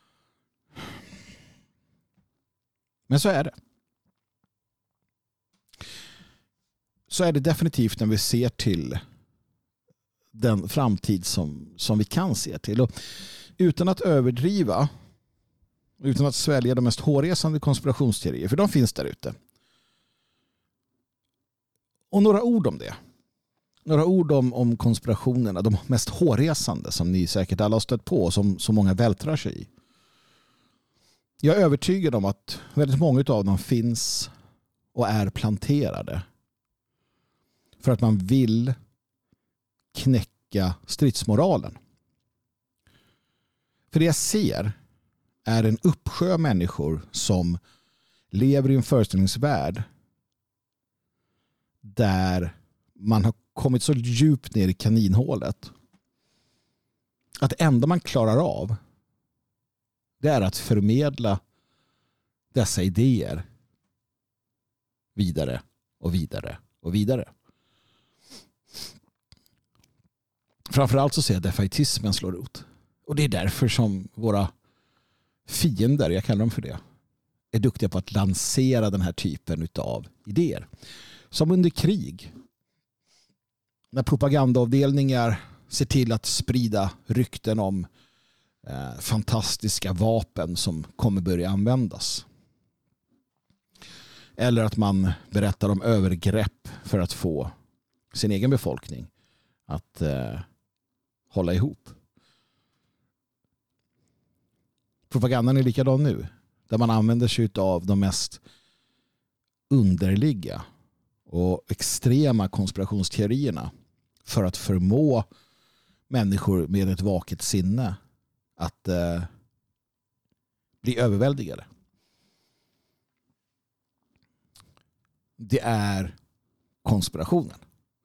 Men så är det. Så är det definitivt när vi ser till den framtid som vi kan se till. Och utan att överdriva, utan att svälja de mest hårresande konspirationsteorier, för de finns där ute. Och några ord om det. Några ord om konspirationerna, de mest hårresande som ni säkert alla har stött på och som så många vältrar sig i. Jag är övertygad om att väldigt många av dem finns och är planterade för att man vill knäcka stridsmoralen. För det jag ser är en uppsjö människor som lever i en föreställningsvärld där man har kommit så djupt ner i kaninhålet att det enda man klarar av det är att förmedla dessa idéer vidare och vidare och vidare. Framförallt så ser jag att defaitismen slår rot. Och det är därför som våra fiender, jag kallar dem för det, är duktiga på att lansera den här typen av idéer. Som under krig. När propagandaavdelningar ser till att sprida rykten om fantastiska vapen som kommer börja användas. Eller att man berättar om övergrepp för att få sin egen befolkning att hålla ihop. Propagandan är likadan nu. Där man använder sig av de mest underliga och extrema konspirationsteorierna för att förmå människor med ett vaket sinne att bli överväldigade. Det är konspirationen.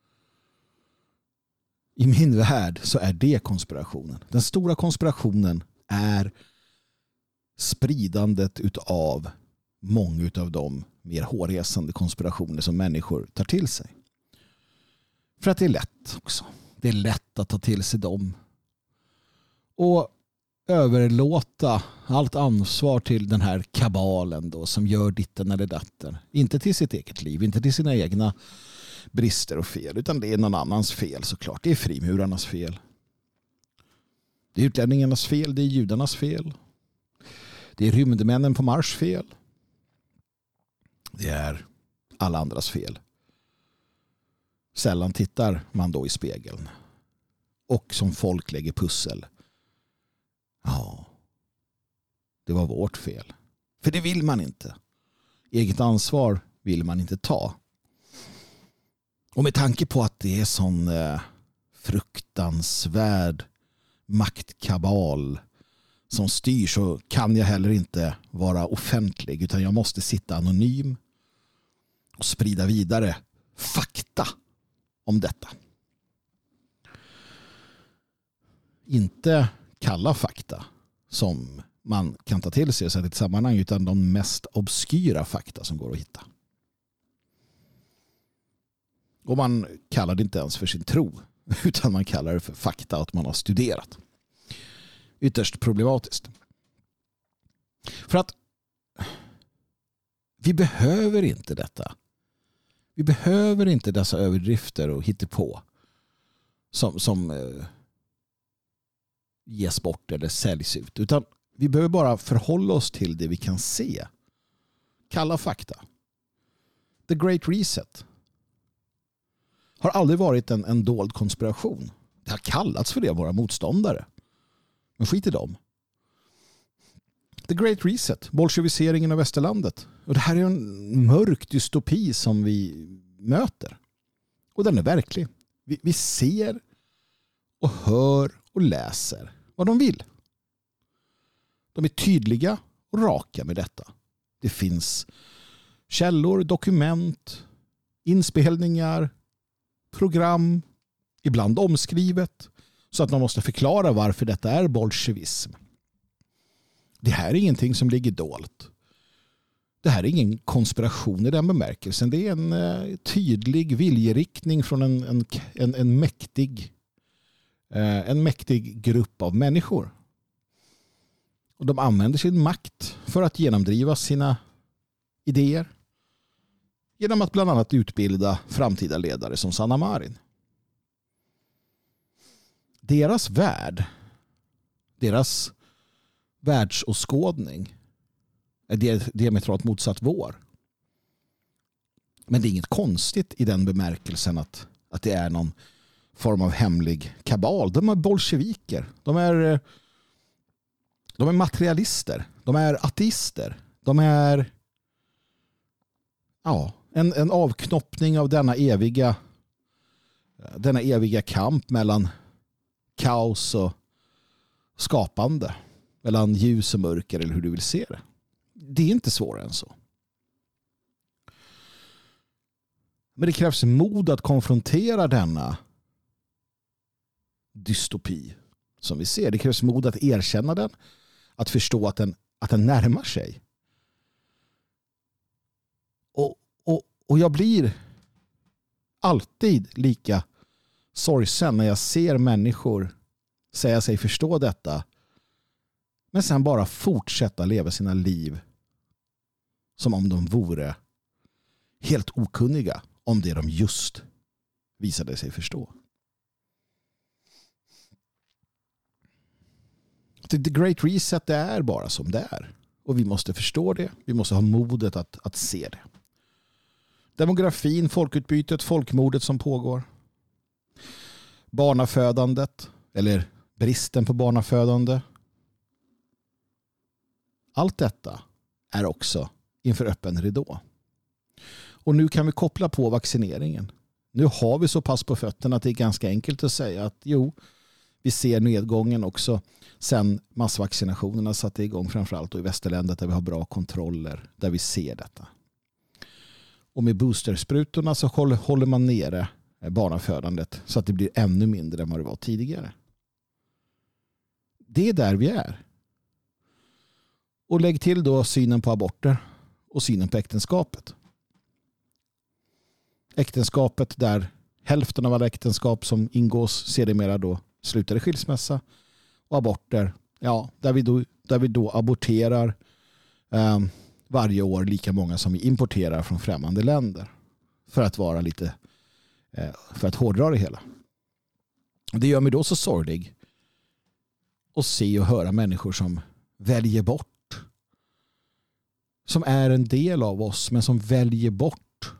I min värld så är det konspirationen. Den stora konspirationen är spridandet utav många utav de mer hårresande konspirationer som människor tar till sig. För att det är lätt också. Det är lätt att ta till sig dem. Och överlåta allt ansvar till den här kabalen då, som gör ditten eller datten. Inte till sitt eget liv, inte till sina egna brister och fel, utan det är någon annans fel såklart. Det är frimurarnas fel. Det är utlänningarnas fel, det är judarnas fel. Det är rymdmännen på Mars fel. Det är alla andras fel. Sällan tittar man då i spegeln. Och som folk lägger pussel. Ja, det var vårt fel. För det vill man inte. Eget ansvar vill man inte ta. Och med tanke på att det är sån fruktansvärd maktkabal som styr, så kan jag heller inte vara offentlig, utan jag måste sitta anonym och sprida vidare fakta om detta. Inte kalla fakta som man kan ta till sig och sätta i ett sammanhang, utan de mest obskyra fakta som går att hitta. Och man kallar det inte ens för sin tro, utan man kallar det för fakta att man har studerat. Ytterst problematiskt. För att vi behöver inte detta. Vi behöver inte dessa överdrifter och hittepå som ges bort eller säljs ut. Utan vi behöver bara förhålla oss till det vi kan se. Kalla fakta. The Great Reset har aldrig varit en dold konspiration. Det har kallats för det av våra motståndare. Men skit i dem. The Great Reset, bolsjeviseringen av västerlandet. Och det här är en mörk dystopi som vi möter. Och den är verklig. Vi ser och hör och läser vad de vill. De är tydliga och raka med detta. Det finns källor, dokument, inspelningar, program, ibland omskrivet, så att man måste förklara varför detta är bolsjevism. Det här är ingenting som ligger dolt. Det här är ingen konspiration i den bemärkelsen. Det är en tydlig viljeriktning från en mäktig grupp av människor. Och de använder sin makt för att genomdriva sina idéer genom att bland annat utbilda framtida ledare som Sanna Marin. Deras värld, deras världsåskådning är diametralt motsatt vår. Men det är inget konstigt i den bemärkelsen att det är någon form av hemlig kabal. De är bolsjeviker. De är materialister. De är ateister. De är En avknoppning av denna eviga kamp mellan kaos och skapande. Mellan ljus och mörker, eller hur du vill se det. Det är inte svårare än så. Men det krävs mod att konfrontera denna dystopi som vi ser. Det krävs mod att erkänna den. Att förstå att den närmar sig. Och jag blir alltid lika sorgsen när jag ser människor säga sig förstå detta, men sen bara fortsätta leva sina liv som om de vore helt okunniga om det de just visade sig förstå. The Great Reset, det är bara som det är. Och vi måste förstå det. Vi måste ha modet att se det. Demografin, folkutbytet, folkmordet som pågår. Barnafödandet, eller bristen på barnafödande. Allt detta är också inför öppen ridå. Och nu kan vi koppla på vaccineringen. Nu har vi så pass på fötterna att det är ganska enkelt att säga att vi ser nedgången också sen massvaccinationerna satte igång, framförallt i västerlandet där vi har bra kontroller, där vi ser detta. Och med boostersprutorna så håller man nere barnafödandet så att det blir ännu mindre än vad det var tidigare. Det är där vi är. Och lägg till då synen på aborter och synen på äktenskapet. Äktenskapet där hälften av alla äktenskap som ingås sedermera då slutar i skilsmässa, och aborter, där vi då aborterar varje år lika många som vi importerar från främmande länder, för att vara lite för att hårdra det hela. Det gör mig då så sorglig att se och höra människor som väljer bort, som är en del av oss men som väljer bort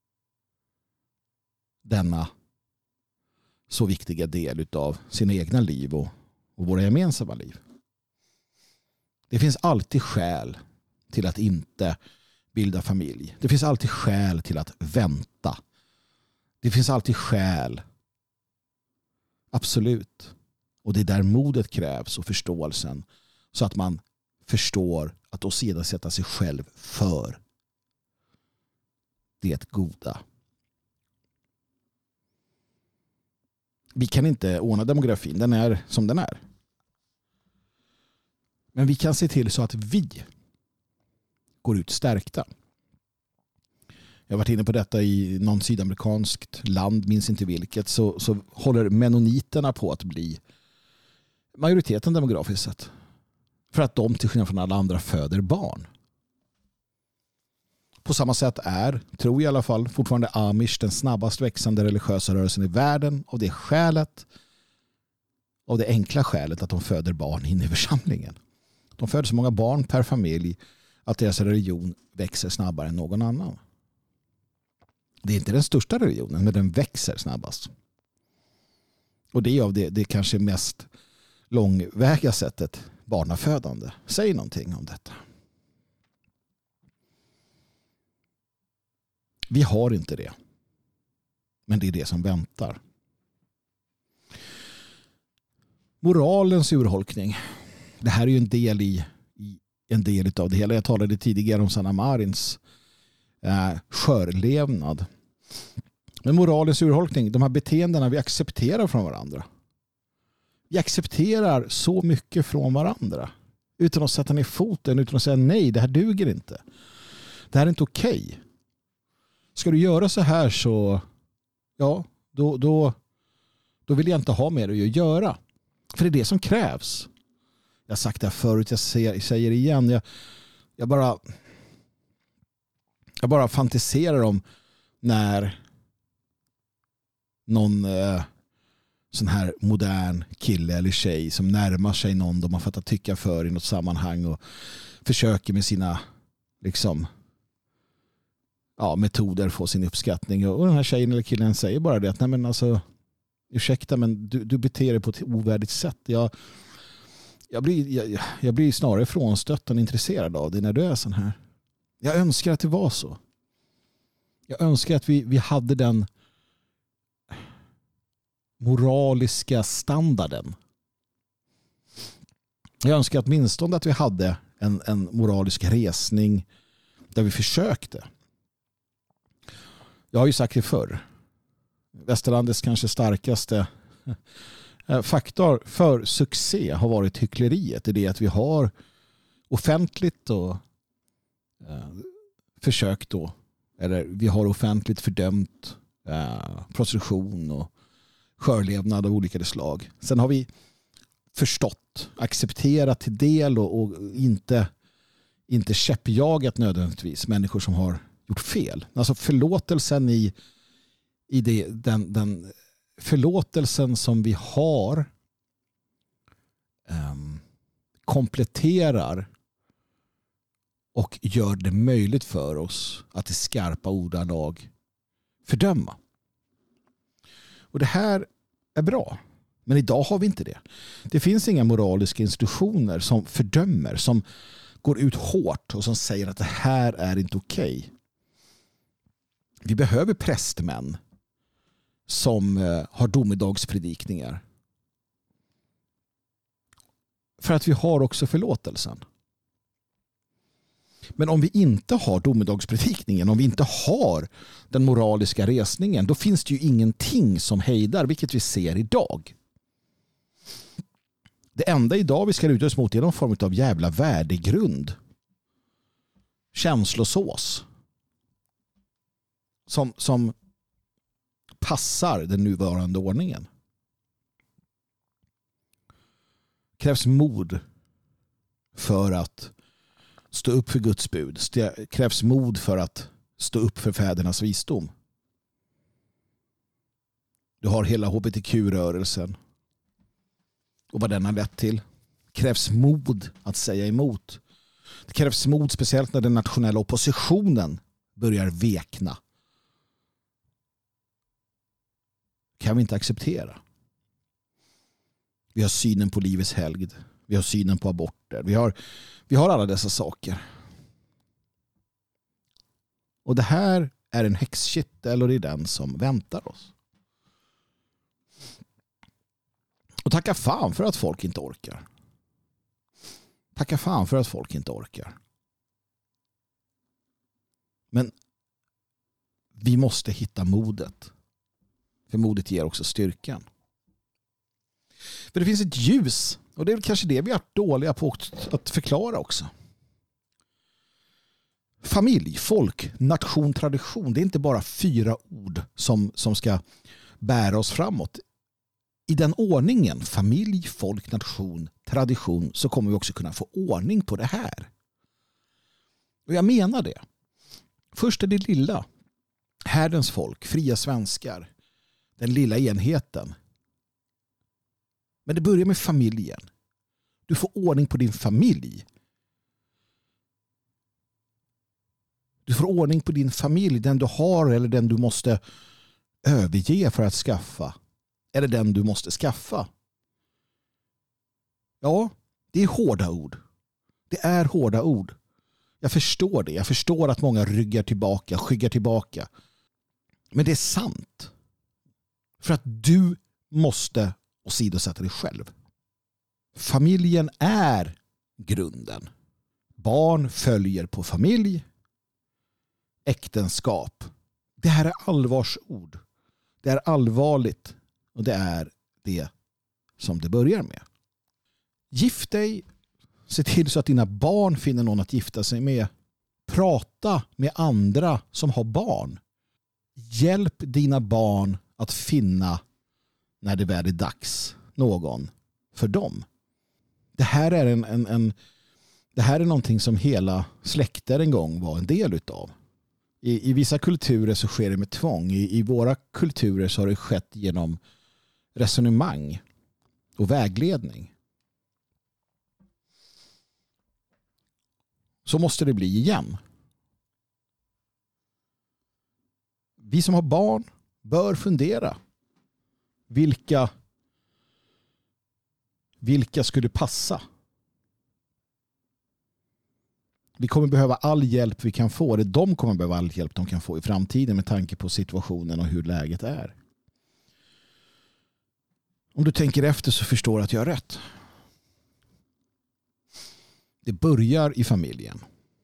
denna så viktiga del av sina egna liv och våra gemensamma liv. Det finns alltid skäl till att inte bilda familj. Det finns alltid skäl till att vänta. Det finns alltid skäl. Absolut. Och det är där modet krävs och förståelsen, så att man förstår att åsidosätta sig själv för det goda. Vi kan inte ordna demografin. Den är som den är. Men vi kan se till så att vi går ut stärkta. Jag har varit inne på detta i någon sydamerikanskt land, minns inte vilket, så håller mennoniterna på att bli majoriteten demografiskt sett. För att de till skillnad från alla andra föder barn. På samma sätt tror jag i alla fall, fortfarande Amish den snabbast växande religiösa rörelsen i världen, av det enkla skälet att de föder barn in i församlingen. De föder så många barn per familj att deras religion växer snabbare än någon annan. Det är inte den största religionen, men den växer snabbast. Och det är av det kanske mest långväga sättet barnafödande. Säg någonting om detta. Vi har inte det. Men det är det som väntar. Moralens urholkning. Det här är ju en del av det hela. Jag talade tidigare om Sanna Marins skörlevnad. Men moralens urholkning, de här beteendena vi accepterar från varandra. Vi accepterar så mycket från varandra utan att sätta ner foten, utan att säga nej, det här duger inte. Det här är inte okej. Ska du göra så här så då vill jag inte ha mer att göra. För det är det som krävs. Jag har sagt det förut, jag säger det igen. Jag bara fantiserar om när någon sån här modern kille eller tjej som närmar sig någon de har fått att tycka för i något sammanhang och försöker med sina metoder få sin uppskattning, och den här tjejen eller killen säger bara det att nej, men alltså, ursäkta, men du beter dig på ett ovärdigt sätt. Jag blir snarare frånstött än intresserad av det när du är sån här. Jag önskar att det var så. Jag önskar att vi hade den moraliska standarden. Jag önskar åtminstone att vi hade en moralisk resning där vi försökte. Jag har ju sagt det förr. Västerlandets kanske starkaste faktor för succé har varit hyckleriet. Det är det att vi har offentligt och försökt då, eller vi har offentligt fördömt prostitution och skörlevnad av olika slag. Sen har vi förstått, accepterat till del och inte käppjagat nödvändigtvis människor som har gjort fel. Alltså förlåtelsen i den förlåtelsen som vi har kompletterar och gör det möjligt för oss att i skarpa ordalag fördöma. Och det här är bra. Men idag har vi inte det. Det finns inga moraliska institutioner som fördömer, som går ut hårt och som säger att det här är inte okej. Vi behöver prästmän som har domedagspredikningar. För att vi har också förlåtelsen. Men om vi inte har domedagspredikningen, om vi inte har den moraliska resningen, då finns det ju ingenting som hejdar, vilket vi ser idag. Det enda idag vi ska luta oss mot är någon form av jävla värdegrund. Känslosås. Som passar den nuvarande ordningen. Krävs mod för att stå upp för Guds bud. Krävs mod för att stå upp för fädernas visdom. Du har hela hbtq-rörelsen och vad den har lett till. Krävs mod att säga emot. Det krävs mod speciellt när den nationella oppositionen börjar vekna. Kan vi inte acceptera. Vi har synen på livets helgd. Vi har synen på aborter. Vi har alla dessa saker. Och det här är en häxkittel och det är den som väntar oss. Och tacka fan för att folk inte orkar. Tacka fan för att folk inte orkar. Men vi måste hitta modet. För modet ger också styrkan. För det finns ett ljus. Och det är kanske det vi är dåliga på att förklara också. Familj, folk, nation, tradition. Det är inte bara 4 ord som ska bära oss framåt. I den ordningen, familj, folk, nation, tradition, så kommer vi också kunna få ordning på det här. Och jag menar det. Först är det lilla. Härdens folk, fria svenskar. Den lilla enheten. Men det börjar med familjen. Du får ordning på din familj. Du får ordning på din familj. Den du har eller den du måste överge för att skaffa. Eller den du måste skaffa. Ja, det är hårda ord. Det är hårda ord. Jag förstår det. Jag förstår att många ryggar tillbaka, skyggar tillbaka. Men det är sant. För att du måste åsidosätta dig själv. Familjen är grunden. Barn följer på familj. Äktenskap. Det här är allvarsord. Det är allvarligt. Och det är det som det börjar med. Gift dig. Se till så att dina barn finner någon att gifta sig med. Prata med andra som har barn. Hjälp dina barn att finna, när det väl är dags, någon för dem. Det här är det här är någonting som hela släkter en gång var en del utav. I vissa kulturer så sker det med tvång. I våra kulturer så har det skett genom resonemang och vägledning. Så måste det bli igen. Vi som har barn bör fundera. Vilka skulle passa? Vi kommer behöva all hjälp vi kan få. De kommer behöva all hjälp de kan få i framtiden med tanke på situationen och hur läget är. Om du tänker efter så förstår du att jag har rätt. Det börjar i familjen.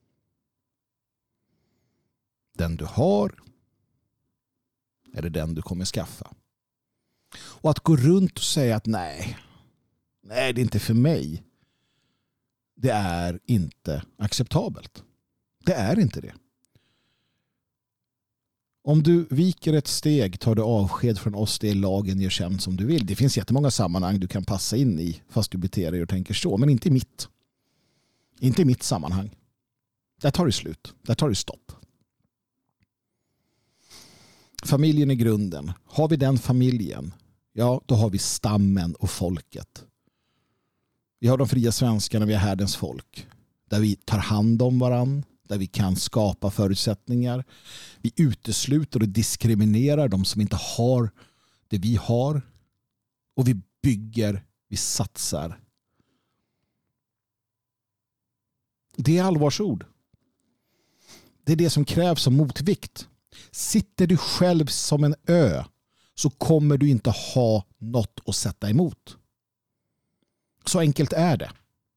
Den du har eller den du kommer skaffa. Och att gå runt och säga att nej, det är inte för mig. Det är inte acceptabelt. Det är inte det. Om du viker ett steg tar du avsked från oss, det är lagen gör känd som du vill. Det finns jättemånga sammanhang du kan passa in i fast du beter dig och tänker så. Men inte i mitt. Inte i mitt sammanhang. Där tar det slut. Där tar det stopp. Familjen är grunden. Har vi den familjen, ja, då har vi stammen och folket. Vi har de fria svenskarna, vi är härdens folk. Där vi tar hand om varann, där vi kan skapa förutsättningar. Vi utesluter och diskriminerar de som inte har det vi har. Och vi bygger, vi satsar. Det är allvarsord. Det är det som krävs som motvikt. Sitter du själv som en ö så kommer du inte ha något att sätta emot. Så enkelt är det.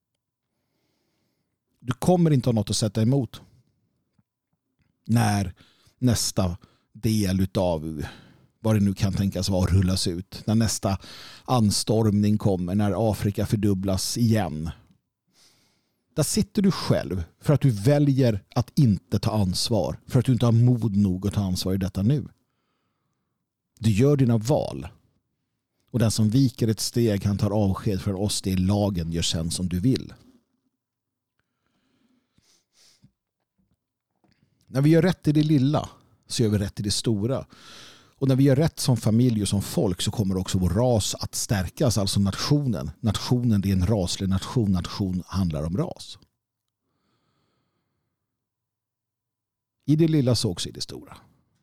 Du kommer inte ha något att sätta emot när nästa del av vad det nu kan tänkas vara rullas ut. När nästa anstormning kommer, när Afrika fördubblas igen. Där sitter du själv för att du väljer att inte ta ansvar. För att du inte har mod nog att ta ansvar i detta nu. Du gör dina val. Och den som viker ett steg han tar avsked från oss, det är lagen gör sen som du vill. När vi gör rätt i det lilla så gör vi rätt i det stora. Och när vi gör rätt som familj och som folk så kommer också vår ras att stärkas, alltså nationen. Nationen, det är en raslig nation. Nation handlar om ras. I det lilla så också i det stora.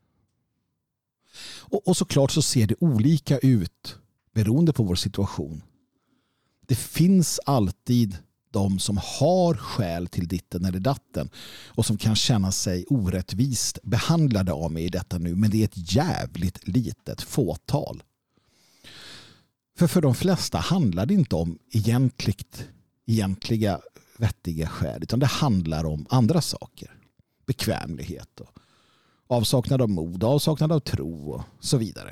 Och såklart så ser det olika ut beroende på vår situation. Det finns alltid de som har skäl till ditten eller datten och som kan känna sig orättvist behandlade av mig i detta nu, men det är ett jävligt litet fåtal. För de flesta handlar det inte om egentliga vettiga skäl, utan det handlar om andra saker. Bekvämlighet och avsaknad av mod, avsaknad av tro och så vidare.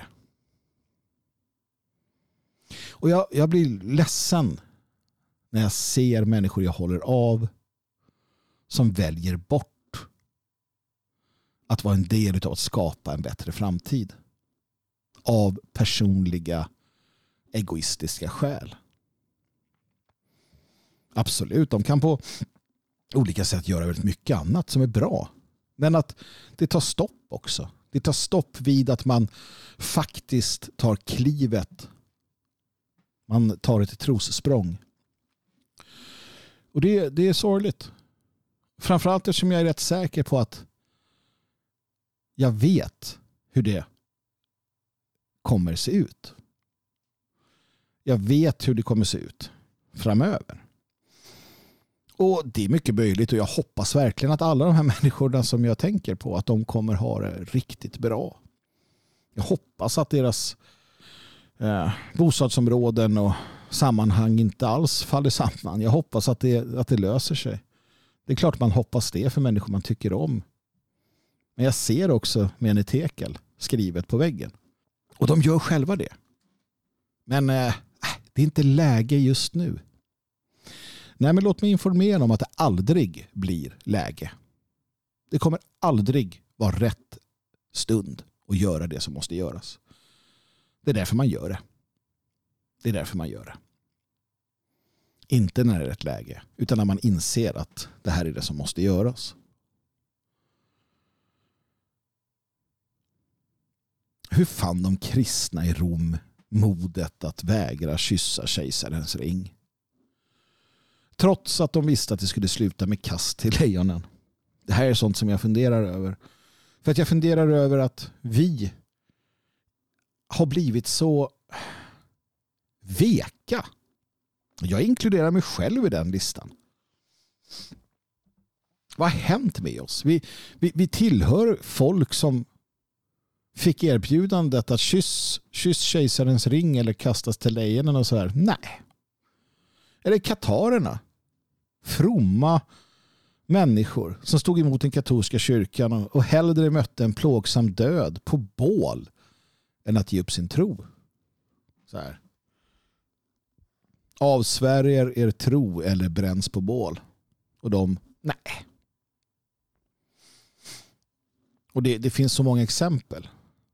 Och jag blir ledsen när jag ser människor jag håller av som väljer bort att vara en del av att skapa en bättre framtid. Av personliga, egoistiska skäl. Absolut, de kan på olika sätt göra väldigt mycket annat som är bra. Men att det tar stopp också. Det tar stopp vid att man faktiskt tar klivet. Man tar ett trossprång. Och det är sorgligt. Framförallt eftersom jag är rätt säker på att jag vet hur det kommer se ut. Jag vet hur det kommer se ut framöver. Och det är mycket möjligt och jag hoppas verkligen att alla de här människorna som jag tänker på att de kommer ha det riktigt bra. Jag hoppas att deras bostadsområden och sammanhang inte alls faller samman. Jag hoppas att det löser sig. Det är klart man hoppas det för människor man tycker om. Men jag ser också med en tekel skrivet på väggen. Och de gör själva det. Men det är inte läge just nu. Nej, men låt mig informera om att det aldrig blir läge. Det kommer aldrig vara rätt stund att göra det som måste göras. Det är därför man gör det. Det är därför man gör det. Inte när det är rätt läge, utan när man inser att det här är det som måste göras. Hur fann de kristna i Rom modet att vägra kyssa kejsarens ring? Trots att de visste att det skulle sluta med kast till lejonen. Det här är sånt som jag funderar över. För att jag funderar över att vi har blivit så veka. Jag inkluderar mig själv i den listan. Vad har hänt med oss? Vi tillhör folk som fick erbjudandet att kyss kejsarens ring eller kastas till lejonen och så här. Nej. Eller katarerna. Fromma människor som stod emot den katolska kyrkan och hellre mötte en plågsam död på bål än att ge upp sin tro. Så här. Avsvärjer er tro eller bränns på bål. Och de, nej. Och det finns så många exempel.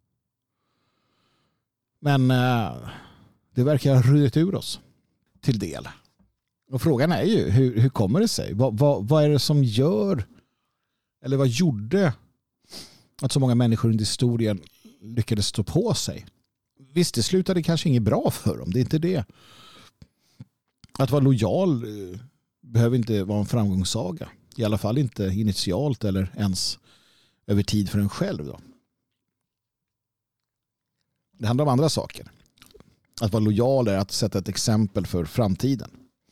Men det verkar ha runnit ur oss till del. Och frågan är ju, hur kommer det sig? Vad är det som gör, eller vad gjorde att så många människor under historien lyckades stå på sig? Visst, det slutade kanske inget bra för dem. Det är inte det. Att vara lojal behöver inte vara en framgångssaga. I alla fall inte initialt eller ens över tid för en själv. Då. Det handlar om andra saker. Att vara lojal är att sätta ett exempel för framtiden.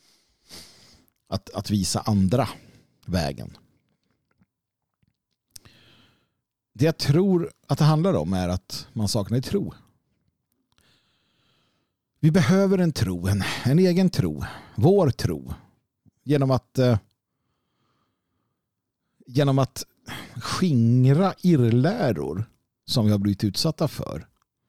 Att visa andra vägen. Det jag tror att det handlar om är att man saknar tro. Vi behöver en tro, en egen tro, vår tro. Genom att skingra irrläror som vi har blivit utsatta för.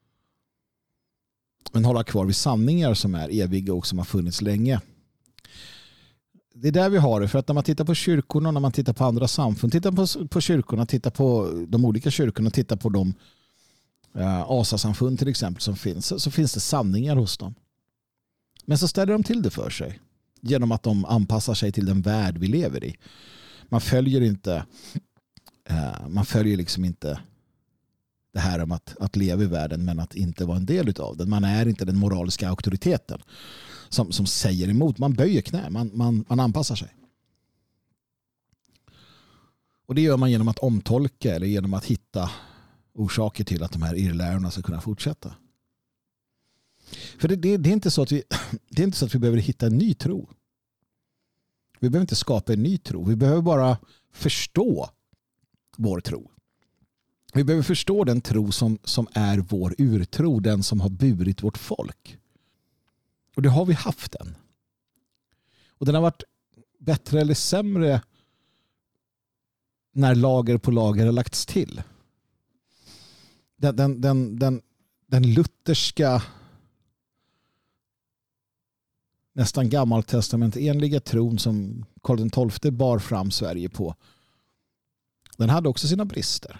Men hålla kvar vid sanningar som är eviga och som har funnits länge. Det är där vi har det. För att när man tittar på kyrkorna, när man tittar på andra samfund, tittar på kyrkorna, tittar på de olika kyrkorna, tittar på de asasamfund till exempel som finns, så finns det sanningar hos dem. Men så ställer de till det för sig genom att de anpassar sig till den värld vi lever i. Man följer liksom inte det här om att leva i världen men att inte vara en del av den. Man är inte den moraliska auktoriteten som säger emot. Man böjer knä, man anpassar sig. Och det gör man genom att omtolka eller genom att hitta orsaker till att de här irrlärorna ska kunna fortsätta. För det är inte så att vi behöver hitta en ny tro. Vi behöver inte skapa en ny tro. Vi behöver bara förstå vår tro. Vi behöver förstå den tro som är vår urtro, den som har burit vårt folk. Och det har vi haft den. Och den har varit bättre eller sämre när lager på lager har lagts till. Den lutherska nästan gammaltestamentenliga tron som Karl XII bar fram Sverige på, den hade också sina brister.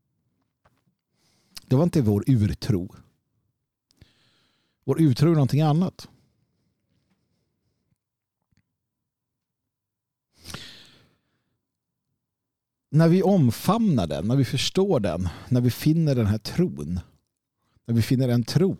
Det var inte vår urtro. Vår urtro är någonting annat. När vi omfamnar den, när vi förstår den, när vi finner den här tron, när vi finner en tro,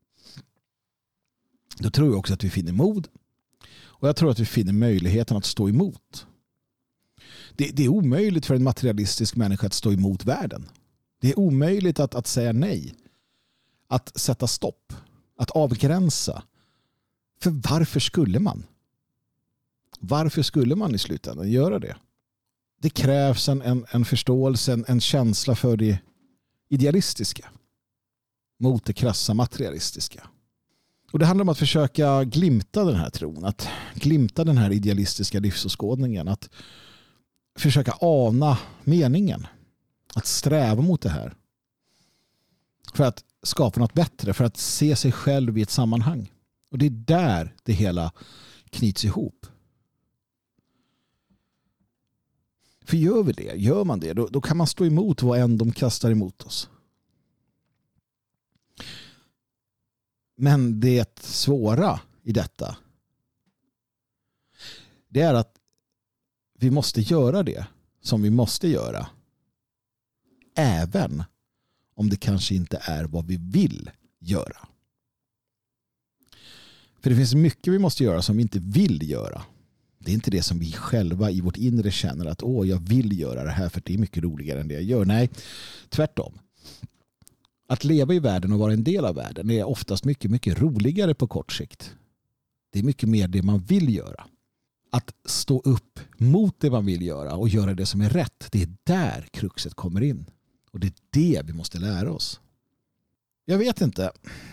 då tror jag också att vi finner mod. Och jag tror att vi finner möjligheten att stå emot. Det är omöjligt för en materialistisk människa att stå emot världen. Det är omöjligt att säga nej. Att sätta stopp. Att avgränsa. För varför skulle man? Varför skulle man i slutändan göra det? Det krävs en förståelse, en känsla för det idealistiska. Mot det krassa materialistiska. Och det handlar om att försöka glimta den här tron. Att glimta den här idealistiska livsåskådningen. Att försöka ana meningen. Att sträva mot det här. För att skapa något bättre. För att se sig själv i ett sammanhang. Och det är där det hela knyts ihop. För gör vi det, gör man det, då kan man stå emot vad än de kastar emot oss. Men det svåra i detta, det är att vi måste göra det som vi måste göra. Även om det kanske inte är vad vi vill göra. För det finns mycket vi måste göra som vi inte vill göra. Det är inte det som vi själva i vårt inre känner att jag vill göra det här för det är mycket roligare än det jag gör. Nej, tvärtom. Att leva i världen och vara en del av världen är oftast mycket, mycket roligare på kort sikt. Det är mycket mer det man vill göra. att stå upp mot det man vill göra och göra det som är rätt. Det är där kruxet kommer in. Och det är det vi måste lära oss. Jag vet inte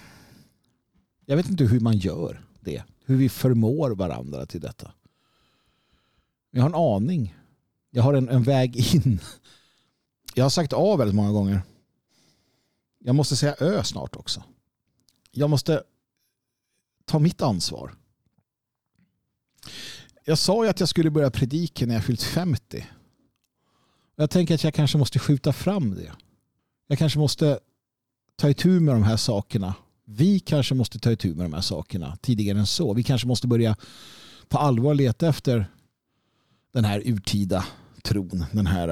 hur man gör det. Hur vi förmår varandra till detta. Jag har en aning. Jag har en väg in. Jag har sagt A väldigt många gånger. Jag måste säga Ö snart också. Jag måste ta mitt ansvar. Jag sa ju att jag skulle börja predika när jag fyllt 50. Jag tänker att jag kanske måste skjuta fram det. Jag kanske måste ta itu med de här sakerna. Vi kanske måste ta itu med de här sakerna tidigare än så. Vi kanske måste börja på allvar leta efter den här urtida tron.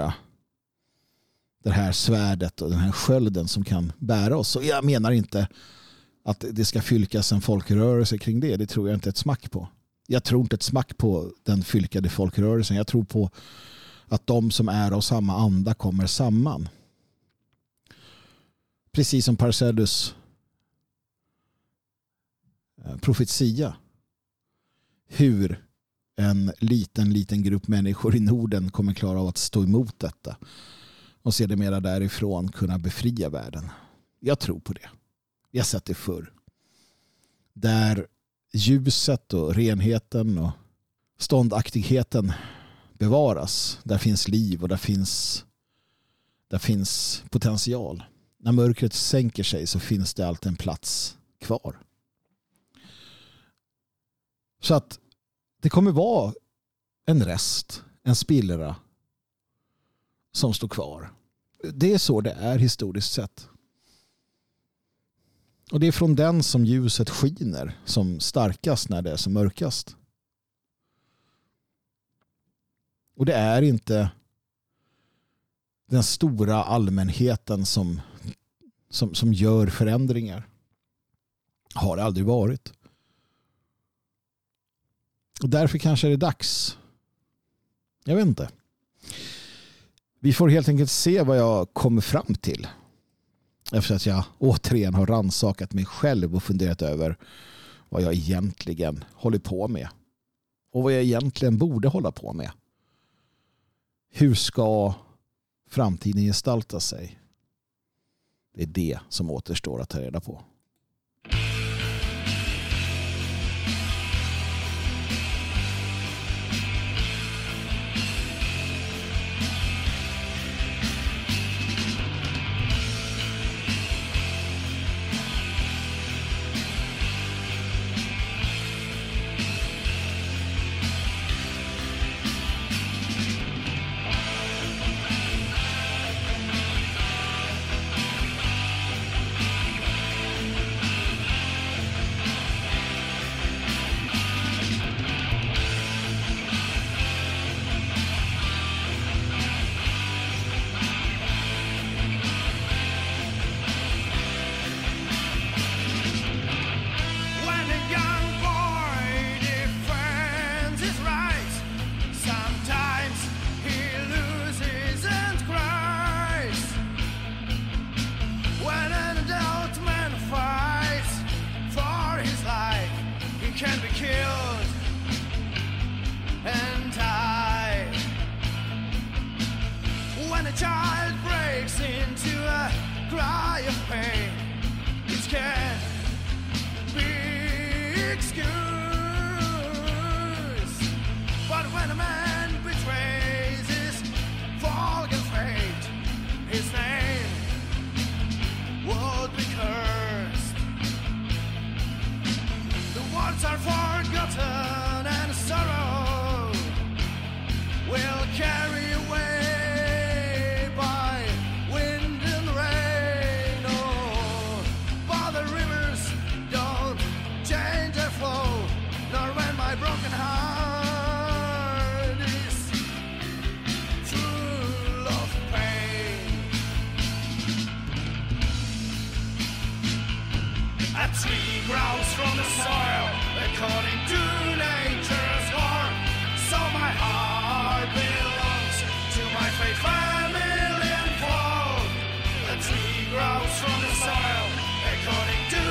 Det här svärdet och den här skölden som kan bära oss. Och jag menar inte att det ska fylkas en folkrörelse kring det. Det tror jag inte ett smack på. Jag tror inte ett smack på den fylkade folkrörelsen. Jag tror på att de som är av samma anda kommer samman. Precis som Paracelsus profetia. Hur en liten grupp människor i Norden kommer klara av att stå emot detta. Och sedermera därifrån kunna befria världen. Jag tror på det. Jag har sett det förr. Där ljuset och renheten och ståndaktigheten bevaras. Där finns liv och där finns potential. När mörkret sänker sig så finns det alltid en plats kvar. Så att det kommer vara en rest, en spillra som står kvar. Det är så det är historiskt sett. Och det är från den som ljuset skiner som starkast när det är som mörkast. Och det är inte den stora allmänheten som gör förändringar. Har det aldrig varit. Och därför kanske är det dags. Jag vet inte. Vi får helt enkelt se vad jag kommer fram till. Efter att jag återigen har rannsakat mig själv och funderat över vad jag egentligen håller på med. Och vad jag egentligen borde hålla på med. Hur ska framtiden gestalta sig? Det är det som återstår att ta reda på.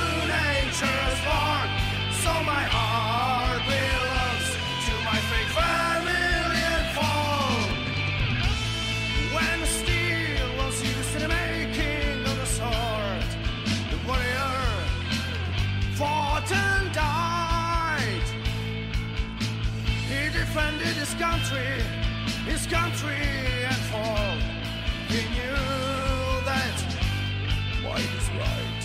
So my heart belongs to my faith. defended his country and fall. He knew that might is right.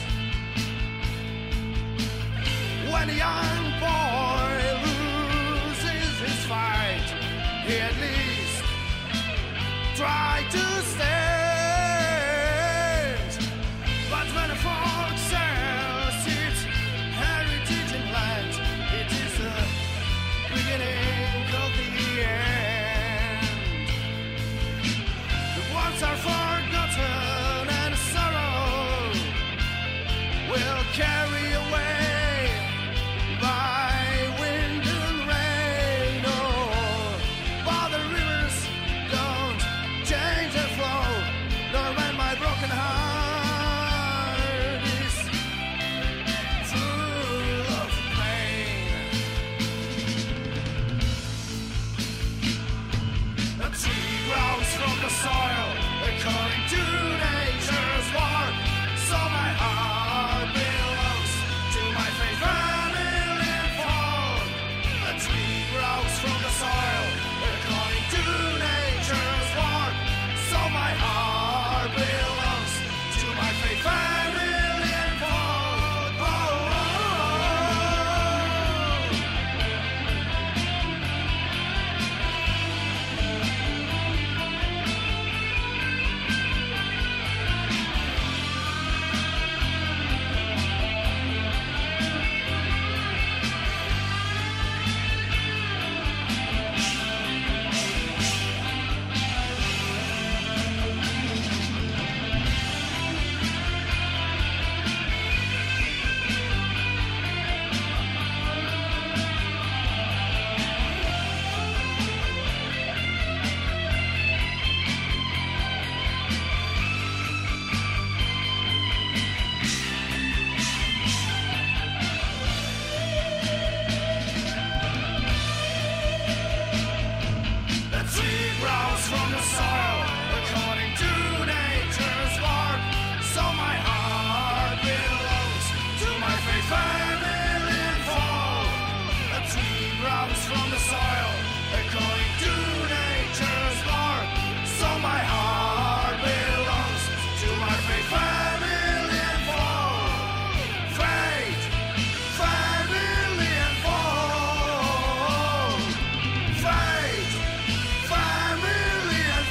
When a young boy loses his fight, he at least tried to stand. But when a fox sells its heritage in land, it is the beginning of the end. The ones are forgotten and sorrow will carry away by wind and rain. Oh, but the rivers don't change their flow, nor when my broken heart is full of pain. A tree grows from the soil according to nature's law. So my heart belongs to my faith family and fall. A tree grows from the soil according to nature's law. So my heart belongs to my faith family and fall. Oh, oh, oh. The tree grows from the soil according to nature's law. So my heart belongs to my faith family and fall. A tree grows from the soil according to nature's law. So my heart belongs to my faith family and fall. Faith, family and fall. Faith, family and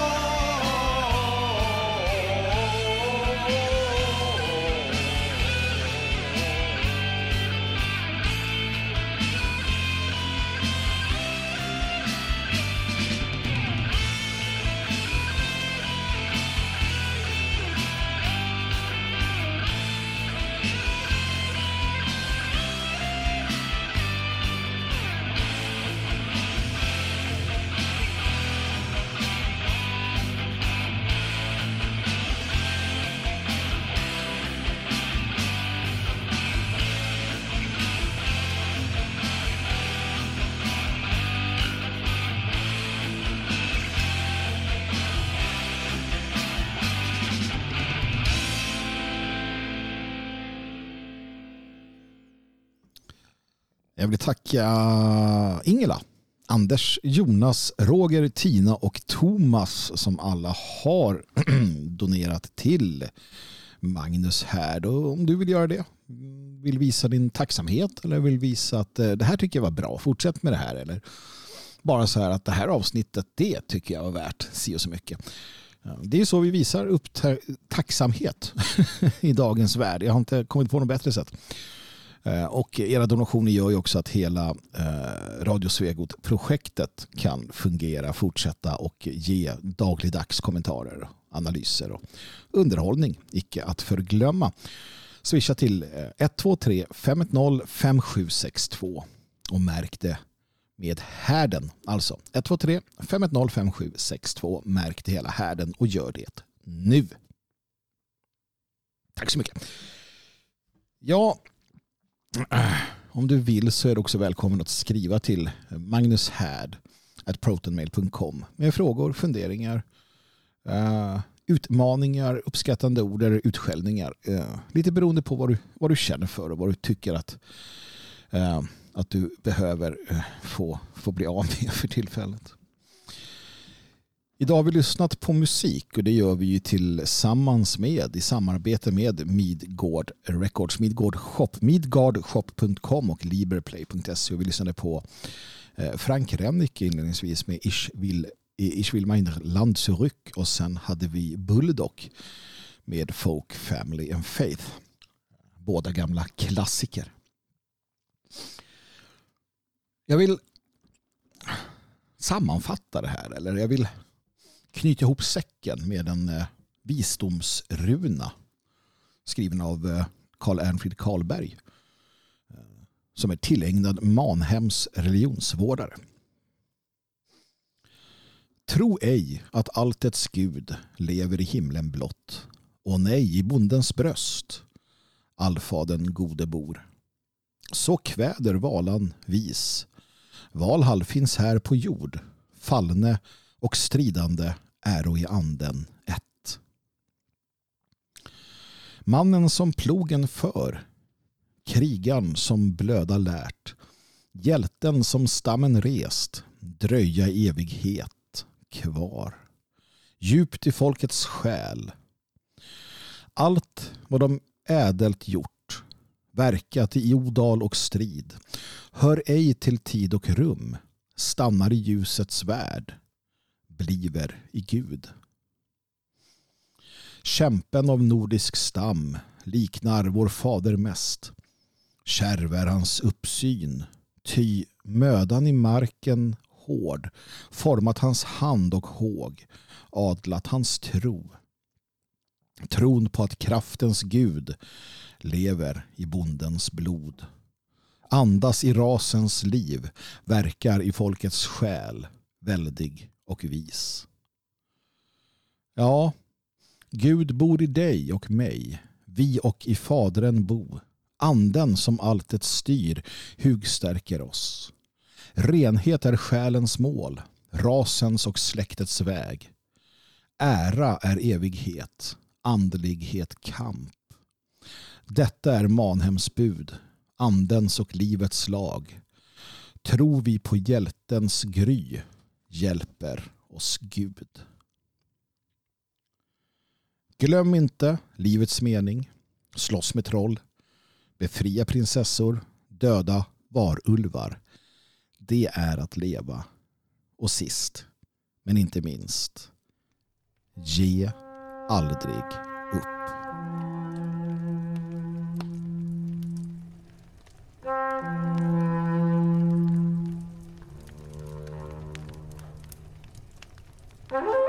Jag vill tacka Ingela, Anders, Jonas, Roger, Tina och Thomas som alla har donerat till Magnus här. Och om du vill göra det, vill visa din tacksamhet eller vill visa att det här tycker jag var bra, fortsätt med det här, eller bara så här att det här avsnittet, det tycker jag var värt si och så mycket. Det är så vi visar upp tacksamhet i dagens värld. Jag har inte kommit på något bättre sätt. Och era donationer gör ju också att hela Radio Svegot-projektet kan fungera, fortsätta och ge dagligdags kommentarer, analyser och underhållning, icke att förglömma. Swisha till 123 510 5762 och märk det med härden. Alltså 123 510 5762, märk det hela härden och gör det nu. Tack så mycket. Ja, om du vill så är du också välkommen att skriva till magnushärd@protonmail.com med frågor, funderingar, utmaningar, uppskattande ord eller utskällningar. Lite beroende på vad du känner för och vad du tycker att att du behöver få bli av med för tillfället. Idag har vi lyssnat på musik och det gör vi ju tillsammans med, i samarbete med Midgård Records, Midgård Shop, midgardshop.com och liberplay.se. Och vi lyssnade på Frank Rennicke inledningsvis med Ich will mein Land zurück, och sen hade vi Bulldog med Folk, Family and Faith. Båda gamla klassiker. Jag vill sammanfatta det här, eller jag vill knyta ihop säcken med en visdomsruna skriven av Karl Ernfrid Karlberg, som är tillägnad Manhems religionsvårdare. Tro ej att alltets Gud lever i himlen blott, och nej i bondens bröst allfaden gode bor. Så kväder Valan vis, Valhall finns här på jord, fallne och stridande äro i anden ett. Mannen som plogen för, krigan som blöda lärt, hjälten som stammen rest, dröja evighet kvar. Djupt i folkets själ. Allt vad de ädelt gjort, verkat i odal och strid, hör ej till tid och rum, stannar i ljusets värld, bliver i Gud. Kämpen av nordisk stam liknar vår fader mest. Kärv är hans uppsyn, ty mödan i marken hård, format hans hand och håg, adlat hans tro. Tron på att kraftens Gud lever i bondens blod. Andas i rasens liv, verkar i folkets själ, väldig och vis. Ja, Gud bor i dig och mig, vi och i fadren bo. Anden som alltet styr, hugstärker oss. Renhet är själens mål, rasens och släktets väg. Ära är evighet, andlighet kamp. Detta är Manhems bud, andens och livets lag. Tror vi på hjältens gry, hjälper oss Gud. Glöm inte livets mening, slåss med troll, befria prinsessor, döda varulvar. Det är att leva. Och sist, men inte minst, ge aldrig upp. Mm-hmm.